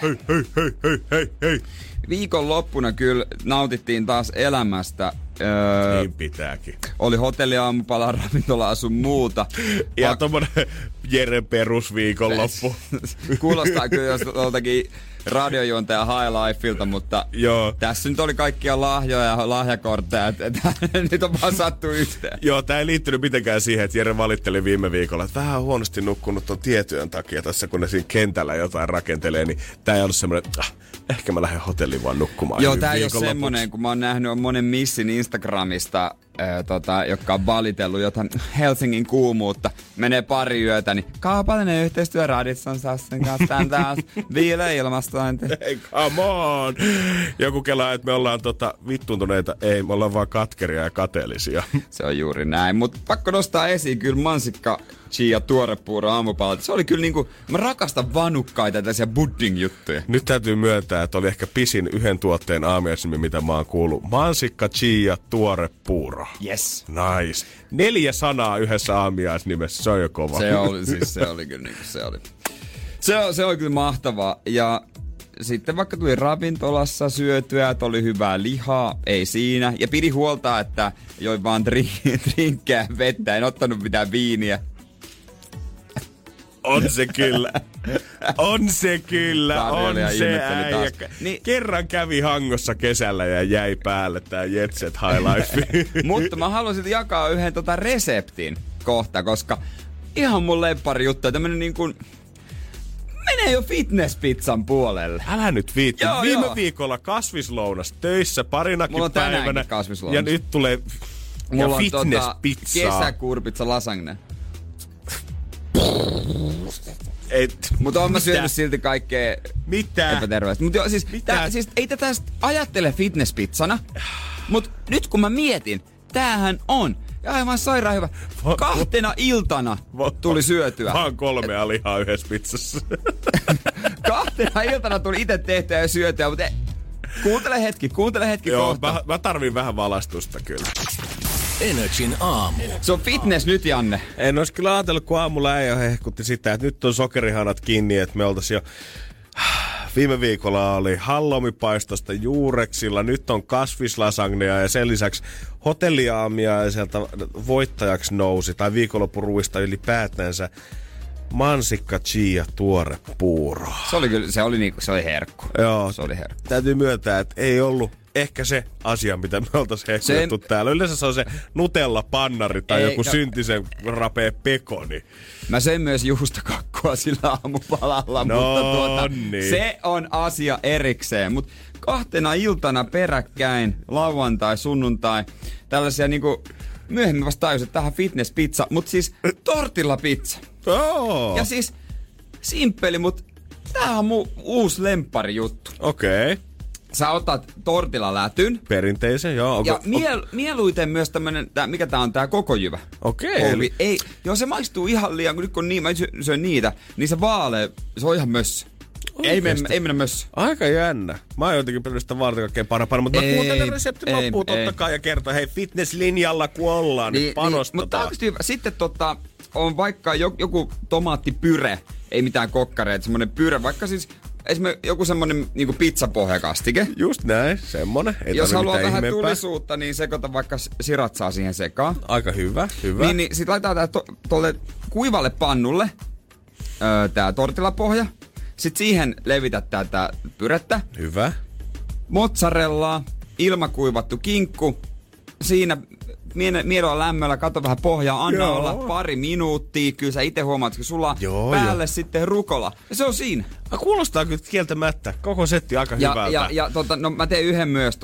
Hei. Viikonloppuna kyllä nautittiin taas elämästä. Niin pitääkin. Oli hotelliaamupala, ravintola sun muuta. Ja tommonen Jeren perusviikonloppu. Kuulostaa kyllä jos joltakin radiojuontaja High Lifeilta, mutta joo, tässä nyt oli kaikkia lahjoja ja lahjakortteja. Nyt on vaan sattu yhteen. Joo, tää ei liittynyt mitenkään siihen, että Jere valitteli viime viikolla, että vähän huonosti nukkunut ton tietyön takia tässä, kun ne siinä kentällä jotain rakentelee, niin tää ei ollut semmoinen, ehkä mä lähden hotelliin vaan nukkumaan. Joo, tää ei ole semmonen, kun mä oon nähnyt monen missin Instagramista, jotka on valitellut jotain Helsingin kuumuutta. Menee pari yötä, niin kaupallinen yhteistyö Radisson Sassin kanssa tän taas viileä ilmastointi. Hey, come on! Joku kelaa, että me ollaan vittuuntuneita. Ei, me ollaan vaan katkeria ja kateellisia. Se on juuri näin, mutta pakko nostaa esiin kyllä mansikka chia tuorepuuro aamupalat. Se oli kyllä niinku, mä rakastan vanukkaita tällaisia pudding-juttuja. Nyt täytyy myöntää, että oli ehkä pisin yhden tuotteen aamiaisnimi, mitä mä oon kuullut. Mansikka, chia, tuorepuuro. Yes. Nice. 4 sanaa yhdessä aamiaisnimessä, se on jo kova. Se oli kyllä niinku, se oli kyllä mahtavaa. Ja sitten vaikka tuli ravintolassa syötyä, että oli hyvää lihaa, ei siinä. Ja pidi huolta, että join vaan drinkkää vettä, en ottanut mitään viiniä. On se kyllä. On se äijä. Niin. Kerran kävi Hangossa kesällä ja jäi päälle tää Jet Set High Life. Mutta mä haluaisin jakaa yhden reseptin kohta, koska ihan mun lemppari juttu. Tämmönen niin kuin menee jo fitnesspizzan puolelle. Älä nyt viitti. Viime viikolla kasvislounas töissä parinakin mulla on päivänä. Ja nyt tulee mulla fitnesspizzaa. Kesäkuurpizza lasagne. Mutta oon mä syönyt silti kaikkea epäterveistä. Mutta joo, siis ei tätä ajattele fitnesspizzana. Mut nyt kun mä mietin, tämähän on aivan sairaan hyvä. 2 iltana tuli syötyä. Vaan 3 lihaa yhdessä pizzassa. 2 iltana tuli itse tehtyä ja syötyä, mutta kuuntele hetki joo, kohta. Mä tarvin vähän valastusta kyllä. Energin aamu. Se on fitness nyt, Janne. En ois kyllä ajatellut, kun aamulla äijä hehkutti sitä, että nyt on sokerihanat kiinni, että me oltais jo Viime viikolla oli halloumipaistosta juureksilla, nyt on kasvislasagnea ja sen lisäksi hotelliaamiaiselta voittajaksi nousi, tai viikonloppuruuista ylipäätänsä, mansikka chia tuore puuro. Se oli herkku. Joo. Se oli herkku. Täytyy myöntää, että ei ollut ehkä se asia, mitä me oltaisiin hehkutettu täällä. Yleensä se on se Nutella-pannari tai joku syntisen rapea pekoni. Mä söin myös juustokakkua sillä aamupalalla, mutta niin. Se on asia erikseen. Mutta 2 iltana peräkkäin, lauantai, sunnuntai, tällaisia niinku myöhemmin vasta tajusin, että tähän fitnesspizza, mutta siis tortillapizza. Oh. Ja siis simppeli, mutta tää on mun uusi lempparijuttu. Okei. Okay. Sä otat tortillalätyn. Perinteisen, joo. Ja mieluiten myös tämmönen, mikä tää on, tää koko jyvä. Okei. Okay. Joo, se maistuu ihan liian, kun nyt kun mä syön niitä, niin se vaalea, se on ihan mössö. Ei mennä mössö. Aika jännä. Mä oon jotenkin pelannut sitä varten kaikkein parempana, mutta mä kuuntelen reseptin loppuun totta kai ja kertoo, hei fitnesslinjalla kun ollaan, niin panostetaan. Mutta tää on hyvä. Sitten on vaikka joku tomaattipyre, ei mitään kokkareita, semmonen pyre, vaikka siis esimerkiksi joku semmonen niinku pizzapohjakastike. Just näin, semmonen. Ei jos haluaa vähän ihmeempää. tulisuutta, niin sekoita vaikka siratsaa siihen sekaan. Aika hyvä. Niin sit laitetaan tää tolle kuivalle pannulle tää tortillapohja. Sit siihen levität tätä pyrettä. Hyvä. Mozzarellaa, ilmakuivattu kinkku. Siinä miedolla lämmöllä, kato vähän pohjaa, anna olla pari minuuttia. Kyllä sä ite huomaat, kun sulla päälle sitten rukola. Ja se on siinä. Kuulostaa kyllä kieltämättä. Koko setti aika hyvältä. No mä teen yhden myös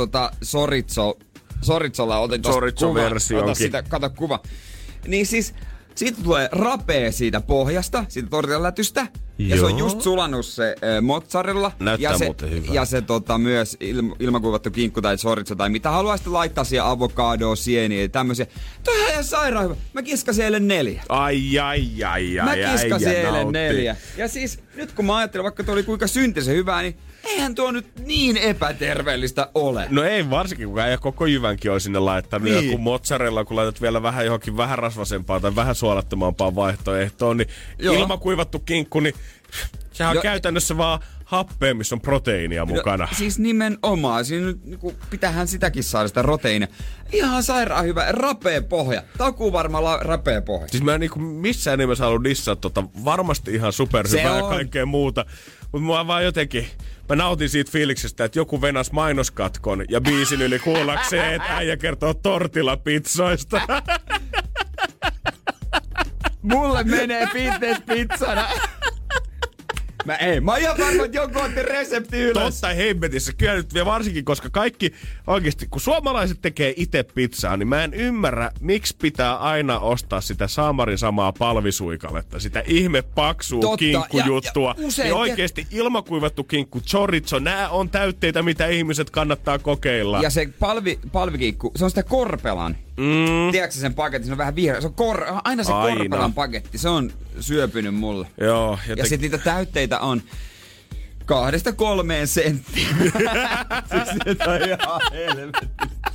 Soritsolla. Otin Soritso-versionkin. Ota sitä, kato kuva. Niin siis, siitä tulee rapea siitä pohjasta, siitä tortillalätystä. Ja se on just sulannut se mozzarella. Näyttää muuten hyvää. Ja se myös ilmakuivattu kinkku tai chorizo tai mitä haluaa sitten laittaa siihen avokadoa, sieniä ja tämmösiä. Toi on ihan sairaan hyvä. Mä kiskasin eilen 4. Ai. Mä kiskasin eilen 4. Ja siis nyt kun mä ajattelen, vaikka toi oli kuinka syntisen hyvää, niin eihän tuo nyt niin epäterveellistä ole. No ei, varsinkin kun ei koko jyvänkin ole sinne laittanut. Niin. Joku mozzarella, kun laitat vielä vähän johonkin vähän rasvasempaa tai vähän suolattomampaa vaihtoehtoon, niin ilmakuivattu kinkku, niin sehän on käytännössä vaan happea, missä on proteiinia mukana. Siis nimenomaan. Siinä nyt niin pitäähän sitäkin saada sitä proteiinia. Ihan sairaan hyvä. Rapea pohja. Takuu varmaan rapea pohja. Siis mä en niin missään nimessä halua dissaa varmasti ihan superhyvää ja kaikkea muuta. Mutta mua vaan jotenkin, mä nautin siitä fiiliksestä, että joku venas mainoskatkon ja biisin yli kuullakseen, että äijä kertoo tortillapizzoista. Mulle menee fitnesspizzana. Mä oon ihan varma, että joku otti resepti ylös. Totta hemmetissä. Kyllä nyt vielä varsinkin, koska kaikki oikeesti, kun suomalaiset tekee itse pizzaa, niin mä en ymmärrä, miksi pitää aina ostaa sitä saamarin samaa palvisuikaletta. Sitä ihme paksua kinkkujuttua. Niin oikeesti ilmakuivattu kinkku, chorizo, nää on täytteitä, mitä ihmiset kannattaa kokeilla. Ja se palvikinkku, se on sitä Korpelan. Tiedätkö sen paketti? Se on vähän vihreä. Se on aina se Korpelan paketti. Se on syöpynyt mulle. Joo. Ja sit niitä täytteitä on 2-3 senttiä. Siis se on ihan helvetti.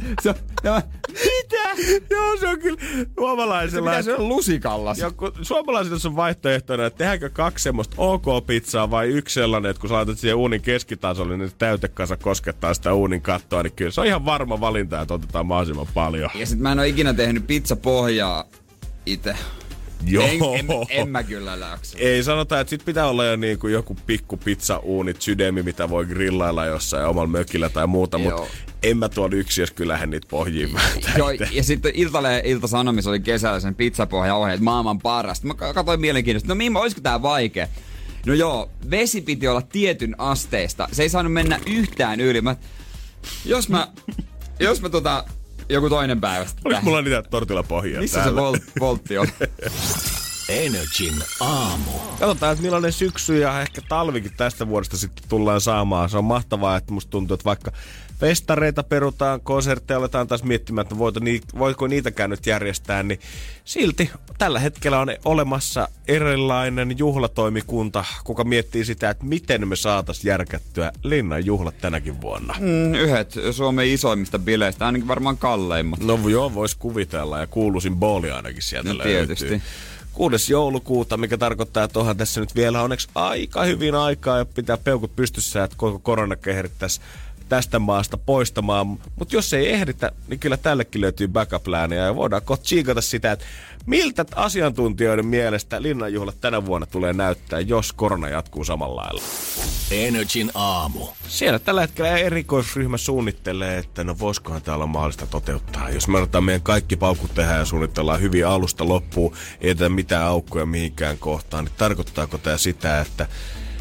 Mitä? Joo, se on kyllä suomalaisella. Se pitäisi olla lusikallas. Suomalaisilla on vaihtoehtona, että tehdäänkö 2 semmoista OK-pizzaa vai 1 sellainen, että kun sä laitat siihen uunin keskitasolle, niin täytekasa koskettaa sitä uunin kattoa, niin kyllä se on ihan varma valinta, että otetaan mahdollisimman paljon. Ja sit mä en oo ikinä tehnyt pizzapohjaa itse. Joo. En mä kyllä läksä. Ei, sanotaan, että sit pitää olla jo niinku joku pikku pizzauunit, sydämi, mitä voi grillailla jossain omalla mökillä tai muuta, mutta en mä tuon yksi, jos kyllä lähden niitä pohjiin välttää. Joo, ja sitten Ilta-Sanomissa oli kesällä sen pizzapohjaohjeet maailman parasta. Mä katsoin mielenkiintoista, olisiko tää vaikea? No joo, vesi piti olla tietyn asteista. Se ei saanut mennä yhtään yli. Jos mä joku toinen päivä. Olis mulla niitä tortillapohjia missä täällä? Se voltti on? Energin aamu. Katsotaan, että millainen syksy ja ehkä talvikin tästä vuodesta sitten tullaan saamaan. Se on mahtavaa, että musta tuntuu, että vaikka festareita perutaan, konsertteja aletaan taas miettimään, että voiko niitäkään nyt järjestää, niin silti tällä hetkellä on olemassa erilainen juhlatoimikunta, kuka miettii sitä, että miten me saataisiin järkättyä linnan juhlat tänäkin vuonna. Yhdet Suomen isoimmista bileistä, ainakin varmaan kalleimmat. No joo, vois kuvitella ja kuuluisin booli ainakin sieltä löytyy. Tietysti. 6. joulukuuta, mikä tarkoittaa, että onhan tässä nyt vielä onneksi aika hyvin aikaa ja pitää peukut pystyssä, että koko koronakehrittäisi tästä maasta poistamaan. Mutta jos ei ehditä, niin kyllä tällekin löytyy backup-lääniä ja voidaan kohta tsiikata sitä, että miltä asiantuntijoiden mielestä linnanjuhlat tänä vuonna tulee näyttää, jos korona jatkuu samalla lailla. Energin aamu. Siellä tällä hetkellä erikoisryhmä suunnittelee, että no voisikohan tää olla mahdollista toteuttaa. Jos me otetaan meidän kaikki paukut tehdä ja suunnitellaan hyvin alusta loppuun, ei jätetä mitään aukkoja mihinkään kohtaan, niin tarkoittaako tää sitä, että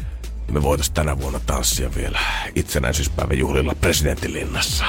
me voitaisiin tänä vuonna tanssia vielä itsenäisyyspäivän juhlilla Presidentinlinnassa?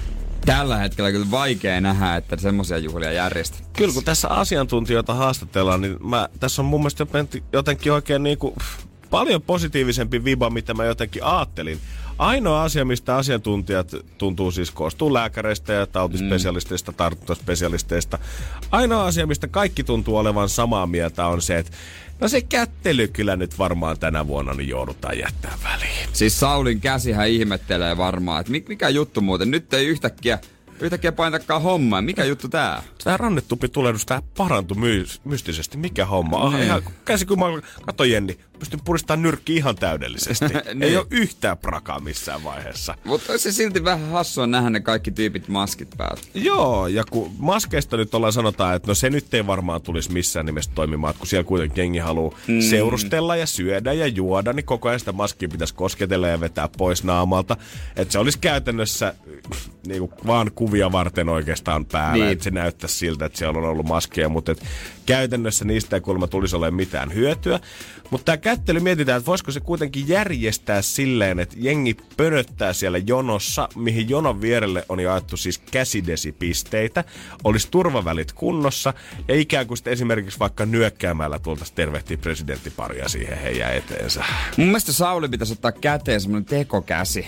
Tällä hetkellä kyllä vaikea nähdä, että semmoisia juhlia järjestetään. Kyllä kun tässä asiantuntijoita haastatellaan, niin tässä on mun mielestä jotenkin oikein niinku paljon positiivisempi viba, mitä mä jotenkin ajattelin. Ainoa asia, mistä asiantuntijat tuntuu siis koostuu lääkäreistä ja tautispesialisteista, tartuntaspesialisteista. Ainoa asia, mistä kaikki tuntuu olevan samaa mieltä on se, että no se kättely kyllä nyt varmaan tänä vuonna niin joudutaan jättää väliin. Siis Saulin käsihän ihmettelee varmaan, että mikä juttu muuten, nyt ei yhtäkkiä painatakaan hommaa. Mikä juttu tää? Tää rannetupitulehdus, tää parantui mystisesti. Mikä homma? Ihan käsi kun mä katson Jenni, pystyn puristamaan nyrkki ihan täydellisesti. Ei oo yhtään prakaa missään vaiheessa. Mutta se silti vähän hassua nähdä ne kaikki tyypit maskit päällä. Joo, ja kun maskeista nyt sanotaan, että no se nyt ei varmaan tulisi missään nimessä toimimaan, että kun siellä kuitenkin jengi haluaa seurustella ja syödä ja juoda, niin koko ajan sitä maskia pitäisi kosketella ja vetää pois naamalta. Että se olisi käytännössä niinku vaan kuvia varten oikeastaan päällä, niin. Että se näyttäisi siltä, että siellä on ollut maskeja, mutta käytännössä niistä ei kuulemma tulisi olemaan mitään hyötyä. Mutta tämä kättely mietitään, että voisiko se kuitenkin järjestää silleen, että jengi pönöttää siellä jonossa, mihin jonon vierelle on jaettu siis käsidesipisteitä, olisi turvavälit kunnossa ja ikään kuin sitten esimerkiksi vaikka nyökkäämällä tultaisiin tervehtiä presidenttiparia siihen heidän eteensä. Mun mielestä Sauli pitäisi ottaa käteen semmoinen tekokäsi.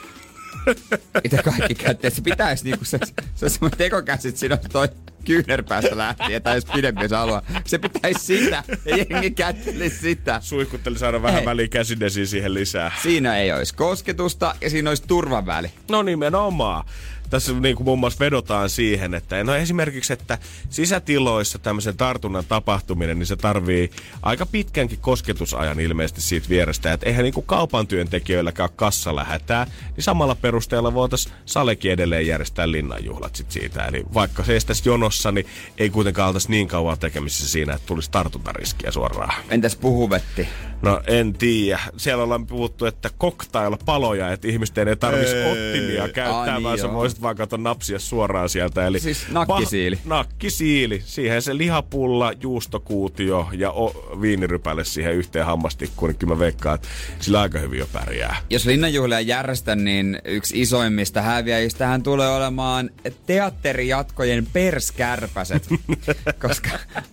Itse kaikki käteen. Se pitäisi niinku se on semmoinen tekokäsi, että siinä on toi kyynärpäästä lähtien tai jos pidempi jos haluaa. Se pitäisi sitä ja jengi kättelisi sitä. Suihkutteli saada vähän väliin käsidesiä siihen lisää. Siinä ei olisi kosketusta ja siinä olisi turvaväli. No nimenomaan. Tässä niin kuin muun muassa vedotaan siihen, että no esimerkiksi, että sisätiloissa tämmöisen tartunnan tapahtuminen, niin se tarvii aika pitkänkin kosketusajan ilmeisesti siitä vierestä. Että eihän niin kuin kaupan työntekijöilläkään kassalla hätää, niin samalla perusteella voitaisiin salekin edelleen järjestää linnanjuhlat sit siitä. Eli vaikka se estäisi jonossa, niin ei kuitenkaan oltaisi niin kauan tekemisissä siinä, että tulisi tartuntariskiä suoraan. Entäs puhuvetti? No en tiedä. Siellä ollaan puhuttu, että koktailla paloja, että ihmisten ei tarvitsisi ottimia käyttää, vaan sä voisit vaan kato napsia suoraan sieltä. Eli siis nakkisiili. Nakkisiili. Siihen se lihapulla, juustokuutio ja viinirypäle siihen yhteen hammastikkuun, niin kyllä mä veikkaan, että sillä aika hyvin jo pärjää. Jos linnanjuhlia järjestän, niin yksi isoimmista häviäjistähän tulee olemaan teatterijatkojen perskärpäset. Koska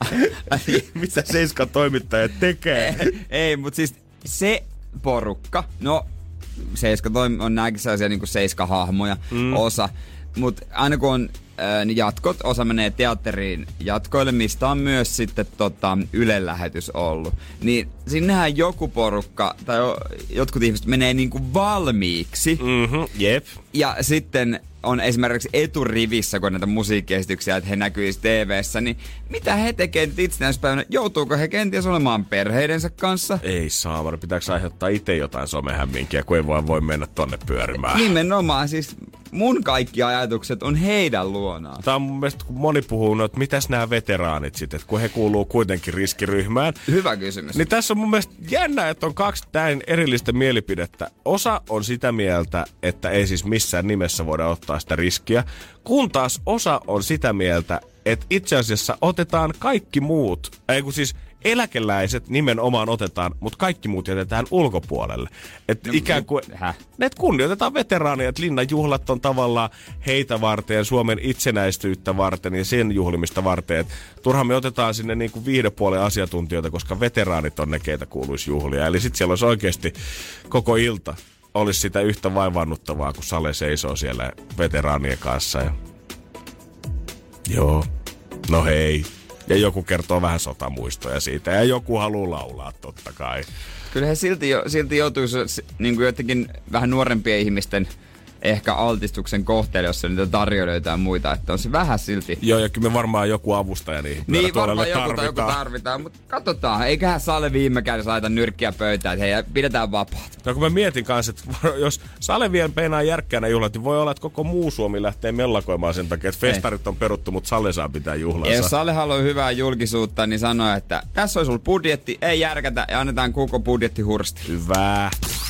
mitä Seiskan toimittajat tekee? Ei, mutta siis se porukka, no Seiska on nämäkin sellaisia niin kuin Seiska-hahmoja osa, mutta aina kun on jatkot, osa menee teatteriin jatkoille, mistä on myös sitten Yle-lähetys ollut, niin sinnehän joku porukka tai jotkut ihmiset menee niin kuin valmiiksi. Jep. Ja sitten on esimerkiksi eturivissä, kun näitä musiikkiesityksiä, että he näkyisi TV:ssä, niin mitä he tekee nyt itsenäispäivänä? Joutuuko he kenties olemaan perheidensä kanssa? Ei saamari, pitääkö aiheuttaa itse jotain somehämminkiä, kun ei voi mennä tonne pyörimään? Nimenomaan, siis mun kaikki ajatukset on heidän luonaan. Tämä on mun mielestä, kun moni puhuu, että mitäs nämä veteraanit sitten, kun he kuuluu kuitenkin riskiryhmään. Hyvä kysymys. Niin tässä on mun mielestä jännä, että on kaksi näin erillistä mielipidettä. Osa on sitä mieltä, että ei siis missään nimessä voida ottaa sitä riskiä, kun taas osa on sitä mieltä, että itse asiassa otetaan kaikki muut, siis eläkeläiset nimenomaan otetaan, mutta kaikki muut jätetään ulkopuolelle. Että ikään kuin ne kunnioitetaan veteraaneja, että linnanjuhlat on tavallaan heitä varten, Suomen itsenäisyyttä varten ja sen juhlimista varten. Et turhaan me otetaan sinne niin kuin viihdepuolen asiantuntijoita, koska veteraanit on ne, keitä kuuluisi juhlia. Eli sitten siellä olisi oikeasti koko ilta olisi sitä yhtä vaivannuttavaa, kun Sale seisoo siellä veteraanien kanssa. Ja joo, no hei. Ja joku kertoo vähän sotamuistoja siitä. Ja joku haluaa laulaa, totta kai. Kyllä he silti joutuisi niin kuin jotenkin vähän nuorempien ihmisten ehkä altistuksen kohteelle, jos niitä tarjoilijoita ja muita, että on se vähän silti. Joo, ja kyllä me varmaan joku avustaja niin varmaan joku tarvitaan, mutta katsotaan. Eiköhän Sale viime kädessä laita nyrkkiä pöytään, että hei, pidetään vapaata. No kun mä mietin kanssa, että jos Sale vielä peinaa järkkäänä juhlat, niin voi olla, että koko muu Suomi lähtee mellakoimaan sen takia, että festarit on peruttu, mutta Sale saa pitää juhlansa. Ja jos Sale haluaa hyvää julkisuutta, niin sanoo, että tässä olisi ollut budjetti, ei järkätä ja annetaan koko budjetti hursti. Hyvä.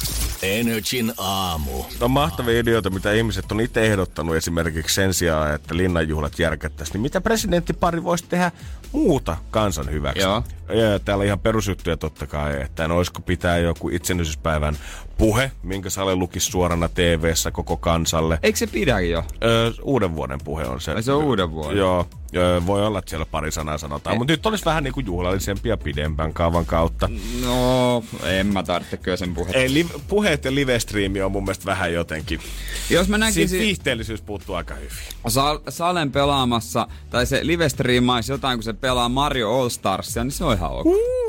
Energin aamu. On mahtavia ideoita, mitä ihmiset on itse ehdottanut esimerkiksi sen sijaan, että linnanjuhlat järkättäisiin. Niin mitä presidenttipari voisi tehdä muuta kansan hyväksi? Joo. Ja täällä ihan perusjuttuja totta kai, että olisiko pitää joku itsenäisyyspäivän puhe, minkä Sale lukisi suorana TV:ssä koko kansalle. Eikö se pidäkin jo? Uuden vuoden puhe on se. Se on uuden vuoden? Joo. Voi olla, että siellä pari sanaa sanotaan, mutta nyt olisi vähän niin kuin juhlallisempia pidempään kaavan kautta. No, en mä tarvitse kyllä sen puhetta. Ei, puheet ja livestriimi on mun mielestä vähän jotenkin. Jos mä näkisin... Siitä viihteellisyys puuttuu aika hyvin. Salen pelaamassa, tai se livestriimaisi jotain, kun se pelaa Mario All Starsia, niin se on ihan ok.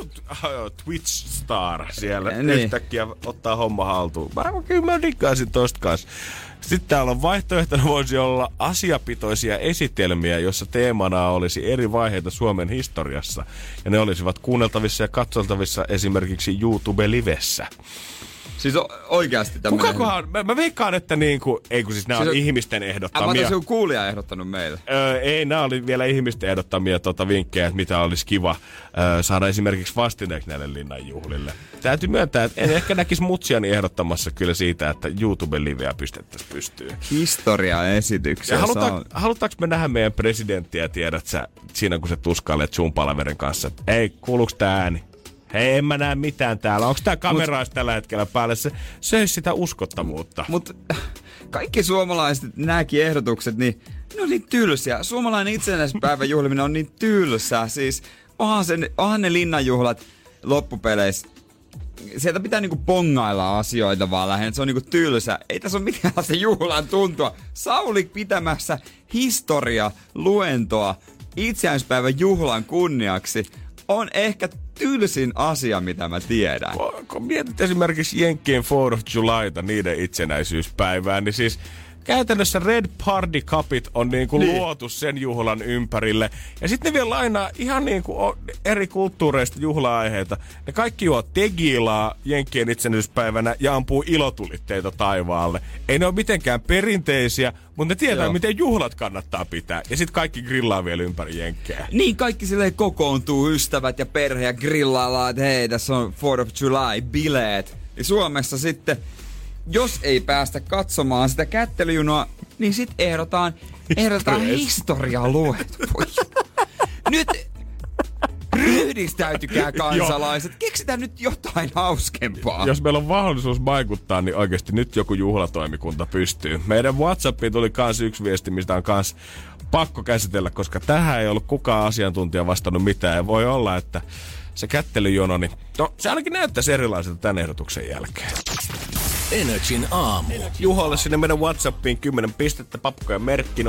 Twitch Star siellä yhtäkkiä ottaa homma haltuun. Mä dikkaisin tosta kanssa. Sitten täällä on vaihtoehtona voisi olla asiapitoisia esitelmiä, jossa teemana olisi eri vaiheita Suomen historiassa. Ja ne olisivat kuunneltavissa ja katsoltavissa esimerkiksi YouTube-livessä. Siis oikeasti tämmönen... Kukakohan? Mä veikkaan, että niinku... Ei kun siis nämä siis on ihmisten ehdottamia. Mä oon joku kuulija ehdottanut meille. Ei, nämä oli vielä ihmisten ehdottamia vinkkejä, että mitä olisi kiva saada esimerkiksi vastineeksi näille linnanjuhlille. Täytyy myöntää, että en ehkä näkisi mutsiani ehdottamassa kyllä siitä, että YouTube-liveä pistettäisiin pystyyn. Historiaesityksiä. Halutaanko me nähdä meidän presidenttiä, tiedät sä, siinä kun se tuskailee Zoom-palaverin kanssa, että ei, kuuluuko tää ääni? Hei, en mä näe mitään täällä. Onko tää kameraa tällä hetkellä päällä? Se söisi sitä uskottavuutta. Mutta kaikki suomalaiset nääkin ehdotukset, niin ne on niin tylsiä. Suomalainen itsenäisyyspäivän juhliminen on niin tylsää. Siis onhan ne linnanjuhlat loppupeleissä. Sieltä pitää niinku pongailla asioita vaan lähinnä. Se on niinku tylsä. Ei tässä ole mitään se juhlan tuntua. Sauli pitämässä historia-luentoa itsenäisyyspäivän juhlan kunniaksi on ehkä tylsin asia, mitä mä tiedän. Kun mietit esimerkiksi Jenkkien 4th of Julyta, niiden itsenäisyyspäivää, niin siis käytännössä Red Party Cupit on niinku luotu sen juhlan ympärille. Ja sitten ne vielä lainaa ihan niinku eri kulttuureista juhla-aiheita. Ne kaikki juo tegilaa Jenkkien itsenäisyyspäivänä ja ampuu ilotulitteita taivaalle. Ei ne ole mitenkään perinteisiä, mutta ne tietää, miten juhlat kannattaa pitää. Ja sitten kaikki grillaa vielä ympäri Jenkkejä. Niin, kaikki silleen kokoontuu, ystävät ja perhe ja grillaillaan, että hei, tässä on 4th of July, bileet. Ja Suomessa sitten, jos ei päästä katsomaan sitä kättelyjunoa, niin sit ehdotaan historialuentoja. Nyt ryhdistäytykää kansalaiset. Keksitään nyt jotain hauskempaa. Jos meillä on mahdollisuus vaikuttaa, niin oikeasti nyt joku juhlatoimikunta pystyy. Meidän WhatsAppiin tuli kans yksi viesti, mistä on kans pakko käsitellä, koska tähän ei ollut kukaan asiantuntija vastannut mitään. Ja voi olla, että se kättelyjono, niin se ainakin näyttäisi erilaiselta tämän ehdotuksen jälkeen. Energin aamu. Juholle sinne meidän WhatsAppiin 10 pistettä, papukkojen merkki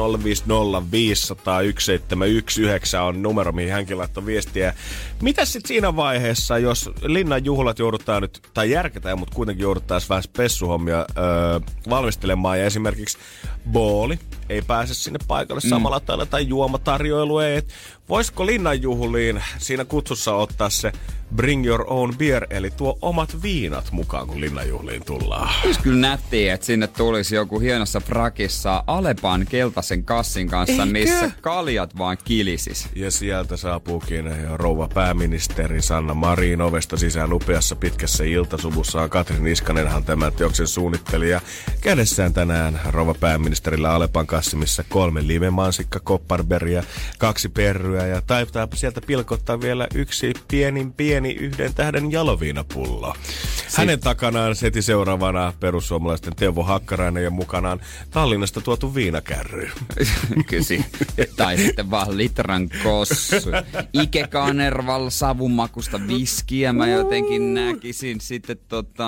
050501719 on numero, mihin hänkin laittoi viestiä. Mitäs sitten siinä vaiheessa, jos linnan juhlat joudutaan nyt, tai järketään, mutta kuitenkin jouduttaisiin vähän spessuhommia valmistelemaan, ja esimerkiksi booli ei pääse sinne paikalle samalla tavalla, tai juomatarjoilu ei. Voisiko linnanjuhliin siinä kutsussa ottaa se bring your own beer, eli tuo omat viinat mukaan, kun linnanjuhliin tullaan? Olisi kyllä nättiä, että sinne tulisi joku hienossa frakissa Alepan keltaisen kassin kanssa, missä kaljat vaan kilisis. Ja sieltä saapuukin rouva pääministeri Sanna Marin ovesta sisään upeassa pitkässä iltasuvussaan. Katri Niskanenhan tämän teoksen suunnittelija. Kädessään tänään rouva pääministerillä Alepan kassi, missä 3 limemansikka, kopparberia, 2 perryä ja taitaa sieltä pilkottaa vielä yksi pieni 1 tähden jaloviinapullo. Hänen takanaan heti seuraavana perussuomalaisten Teuvo Hakkarainen ja mukanaan Tallinnasta tuotu viinakärry. Kysi. Tai sitten vaan litran kossu. Ike Kanerval savumakusta viskiä. Mä jotenkin näkisin sitten